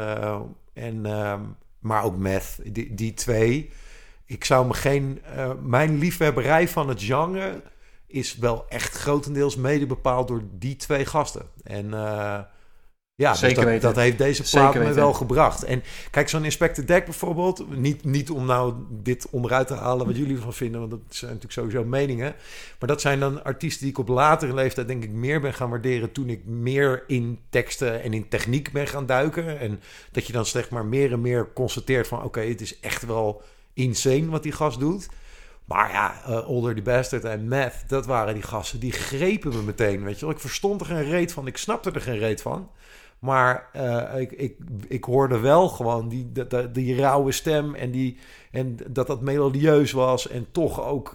Maar ook Meth, die 2. Ik zou me mijn liefhebberij van het genre is wel echt grotendeels mede bepaald door die 2 gasten. En ja, zeker dus dat heeft deze plaat me wel gebracht. En kijk, zo'n Inspector Deck bijvoorbeeld, niet om nou dit onderuit te halen wat jullie ervan vinden, want dat zijn natuurlijk sowieso meningen. Maar dat zijn dan artiesten die ik op latere leeftijd denk ik meer ben gaan waarderen toen ik meer in teksten en in techniek ben gaan duiken. En dat je dan zeg maar meer en meer constateert van oké, het is echt wel insane wat die gast doet. Maar ja, Older the Bastard en Meth, dat waren die gasten, die grepen me meteen, weet je wel. Ik verstond er geen reet van, ik snapte er geen reet van. Maar ik hoorde wel gewoon die rauwe stem en dat melodieus was en toch ook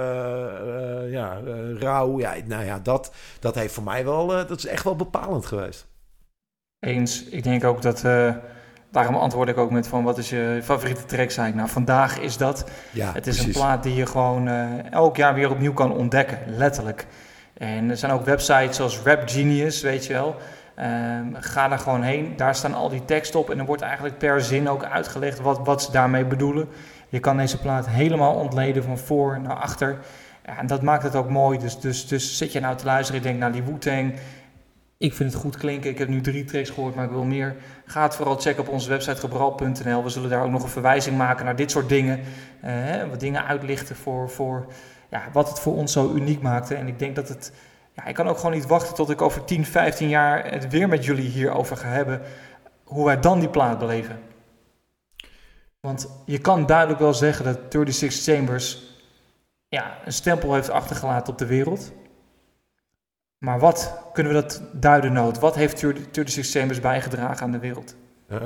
rauw. Ja, nou ja, dat heeft voor mij wel, dat is echt wel bepalend geweest. Eens. Ik denk ook dat, daarom antwoord ik ook met van wat is je favoriete track, zei ik. Nou, vandaag is dat. Ja, het is precies. Een plaat die je gewoon elk jaar weer opnieuw kan ontdekken, letterlijk. En er zijn ook websites zoals Rap Genius, weet je wel. Ga daar gewoon heen, daar staan al die teksten op en er wordt eigenlijk per zin ook uitgelegd wat ze daarmee bedoelen. Je kan deze plaat helemaal ontleden van voor naar achter. Ja, en dat maakt het ook mooi. Dus zit je nou te luisteren en je denkt, nou die Wu-Tang, ik vind het goed klinken. Ik heb nu 3 tracks gehoord, maar ik wil meer. Ga het vooral checken op onze website gebral.nl. We zullen daar ook nog een verwijzing maken naar dit soort dingen. Wat dingen uitlichten voor wat het voor ons zo uniek maakte. En ik denk dat het... Ja, ik kan ook gewoon niet wachten tot ik over 10, 15 jaar het weer met jullie hierover ga hebben. Hoe wij dan die plaat beleven. Want je kan duidelijk wel zeggen dat 36 Chambers een stempel heeft achtergelaten op de wereld. Maar wat kunnen we dat duiden nood? Wat heeft 36 Chambers bijgedragen aan de wereld?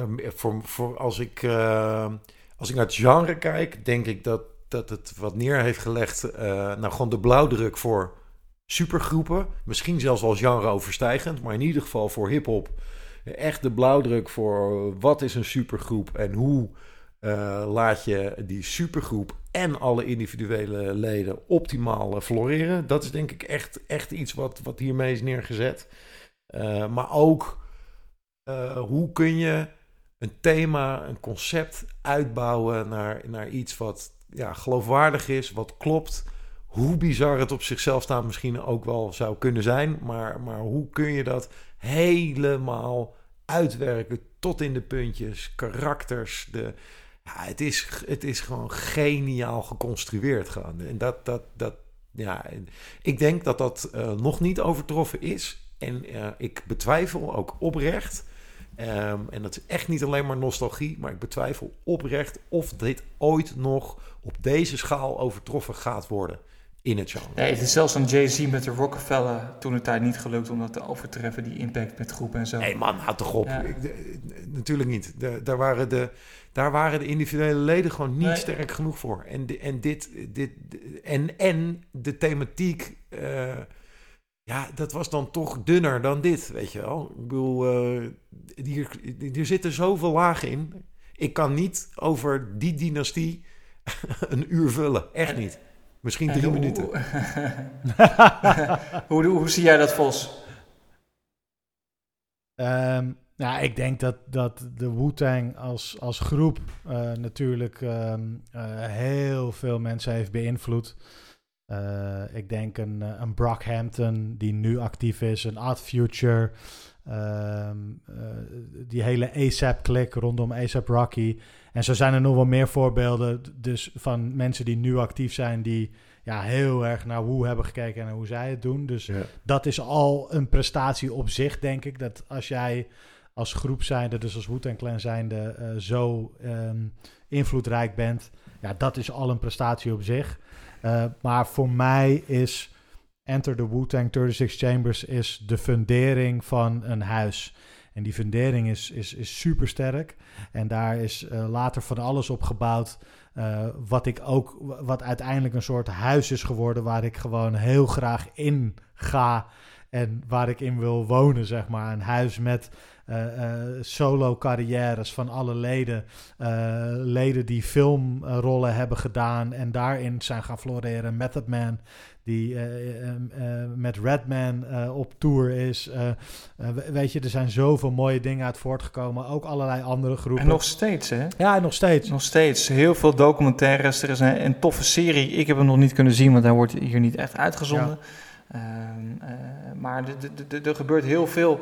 Als ik naar het genre kijk, denk ik dat het wat neer heeft gelegd. Gewoon de blauwdruk voor supergroepen. Misschien zelfs wel genre-overstijgend, maar in ieder geval voor hiphop. Echt de blauwdruk voor wat is een supergroep en hoe laat je die supergroep en alle individuele leden optimaal floreren. Dat is denk ik echt iets wat hiermee is neergezet. Maar ook hoe kun je een thema, een concept uitbouwen naar iets wat geloofwaardig is, wat klopt. Hoe bizar het op zichzelf staat misschien ook wel zou kunnen zijn. Maar hoe kun je dat helemaal uitwerken tot in de puntjes, karakters. Het is gewoon geniaal geconstrueerd gaan. En ik denk dat nog niet overtroffen is. En ik betwijfel ook oprecht. En dat is echt niet alleen maar nostalgie, maar ik betwijfel oprecht of dit ooit nog op deze schaal overtroffen gaat worden in het genre. Nee, het is zelfs een Jay-Z met de Rockefeller toen het tijd niet gelukt om dat te overtreffen, die impact met groepen en zo. Nee man, houd toch op. Ja. Natuurlijk niet. Daar waren de individuele leden gewoon niet sterk genoeg voor. En de thematiek, dat was dan toch dunner dan dit, weet je wel. Ik bedoel, hier zitten zoveel lagen in. Ik kan niet over die dynastie een uur vullen. Echt niet. Misschien 3 minuten. Hoe zie jij dat, Vos? Ik denk dat de Wu-Tang als groep natuurlijk heel veel mensen heeft beïnvloed. Ik denk een Brockhampton die nu actief is, een Odd Future, die hele ASAP-klik rondom A$AP Rocky. En zo zijn er nog wel meer voorbeelden dus van mensen die nu actief zijn, die heel erg naar Wu hebben gekeken en naar hoe zij het doen. Dus dat is al een prestatie op zich, denk ik. Dat als jij als groep zijnde, dus als Wu-Tang Clan zijnde, zo invloedrijk bent, dat is al een prestatie op zich. Maar voor mij is Enter the Wu-Tang 36 Chambers is de fundering van een huis. En die fundering is super sterk. En daar is later van alles op gebouwd. Wat uiteindelijk een soort huis is geworden, waar ik gewoon heel graag in ga en waar ik in wil wonen, zeg maar. Een huis met solo-carrières van alle leden. Leden die filmrollen hebben gedaan en daarin zijn gaan floreren. Method Man, die met Redman op tour is. Weet je, er zijn zoveel mooie dingen uit voortgekomen. Ook allerlei andere groepen. En nog steeds, hè? Ja, nog steeds. Nog steeds. Heel veel documentaires. Er is een toffe serie. Ik heb hem nog niet kunnen zien, want hij wordt hier niet echt uitgezonden. Maar er gebeurt heel veel.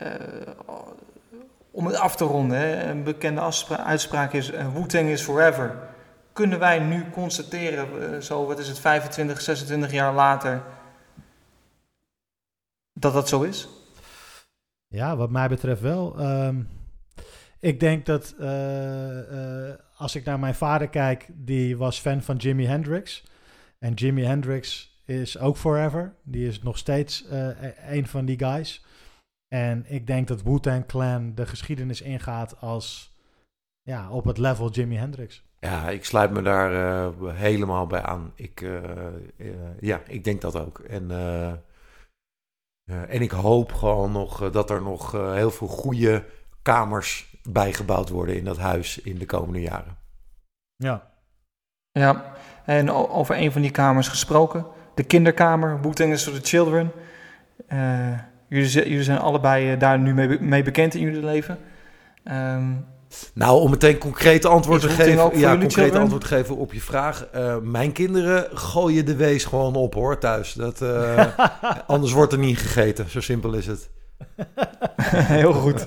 Om het af te ronden, hè. Een bekende uitspraak is Wu-Tang is forever. Kunnen wij nu constateren, wat is het, 25, 26 jaar later, dat zo is? Ja, wat mij betreft wel. Ik denk dat als ik naar mijn vader kijk, die was fan van Jimi Hendrix. En Jimi Hendrix is ook forever. Die is nog steeds een van die guys. En ik denk dat Wu-Tang Clan de geschiedenis ingaat als op het level Jimi Hendrix. Ja, ik sluit me daar helemaal bij aan. Ik denk dat ook. En ik hoop gewoon nog dat er nog heel veel goede kamers bijgebouwd worden in dat huis in de komende jaren. Ja, en over een van die kamers gesproken. De kinderkamer, Wu-Tang is for the Children. Jullie zijn allebei daar nu mee bekend in jullie leven. Om meteen concrete antwoord te geven op je vraag. Mijn kinderen gooien de wees gewoon op, hoor, thuis. Anders wordt er niet gegeten. Zo simpel is het. Heel goed.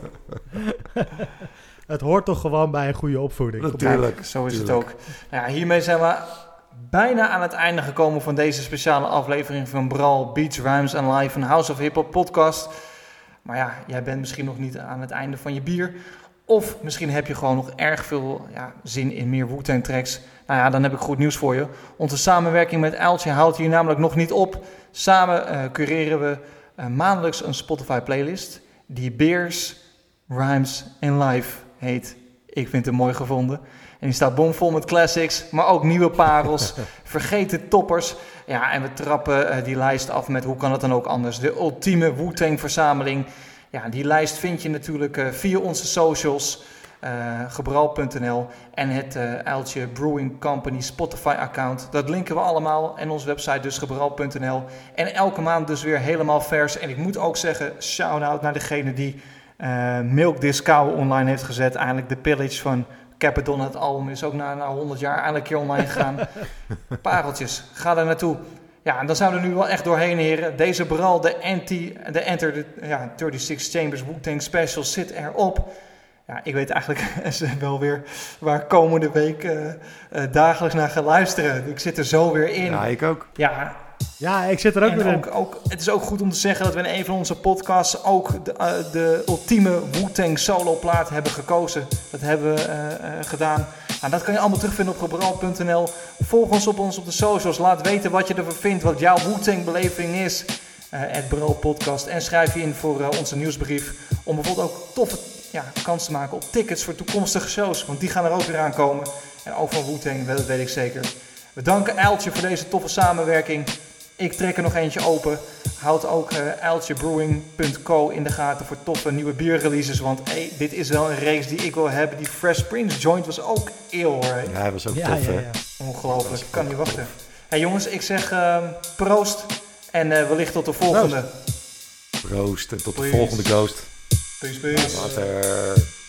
Het hoort toch gewoon bij een goede opvoeding. Natuurlijk. Kijk, zo is het ook. Hiermee zijn we bijna aan het einde gekomen van deze speciale aflevering van Brawl, Beats, Rhymes and Live, een House of Hip Hop podcast. Maar jij bent misschien nog niet aan het einde van je bier. Of misschien heb je gewoon nog erg veel zin in meer Wu-Tang tracks. Dan heb ik goed nieuws voor je. Onze samenwerking met Uiltje houdt hier namelijk nog niet op. Samen cureren we maandelijks een Spotify playlist die Beers, Rhymes and Live heet. Ik vind hem mooi gevonden. En die staat bomvol met classics, maar ook nieuwe parels, vergeten toppers. En we trappen die lijst af met, hoe kan het dan ook anders, de ultieme Wu-Tang verzameling. Die lijst vind je natuurlijk via onze socials, gebral.nl en het Uiltje Brewing Company Spotify-account. Dat linken we allemaal en onze website dus gebral.nl. En elke maand dus weer helemaal vers. En ik moet ook zeggen, shout-out naar degene die Milk This Cow online heeft gezet. Eigenlijk de Pillage van Capadon, het album, is ook na 100 jaar eindelijk een keer online gegaan. Pareltjes, ga daar naartoe. En dan zouden we nu wel echt doorheen, heren. Deze Brawl, de Enter 36 Chambers Wu-Tang Special zit erop. Ik weet eigenlijk wel weer waar komende week dagelijks naar gaan luisteren. Ik zit er zo weer in. Ja, ik ook. Ja, ik zit er ook weer in. Het is ook goed om te zeggen dat we in een van onze podcasts ook de ultieme Wu-Tang solo plaat hebben gekozen. Dat hebben we gedaan. Dat kan je allemaal terugvinden op gebral.nl. Volg ons op de socials. Laat weten wat je ervan vindt, wat jouw Wu-Tang beleving is. @Brawl Podcast. En schrijf je in voor onze nieuwsbrief. Om bijvoorbeeld ook toffe kans te maken op tickets voor toekomstige shows. Want die gaan er ook weer aankomen. En ook van Wu-Tang, dat weet ik zeker. We danken Uiltje voor deze toffe samenwerking. Ik trek er nog eentje open. Houd ook uiltjebrewing.co in de gaten voor toffe nieuwe bierreleases. Want dit is wel een reeks die ik wil hebben. Die Fresh Prince joint was ook eeuw, hoor. Ja, hij was ook tof, hè? Ongelooflijk, ik kan niet wachten. Jongens, ik zeg proost. En wellicht tot de volgende. Proost en tot de volgende Ghost. Peace. Later.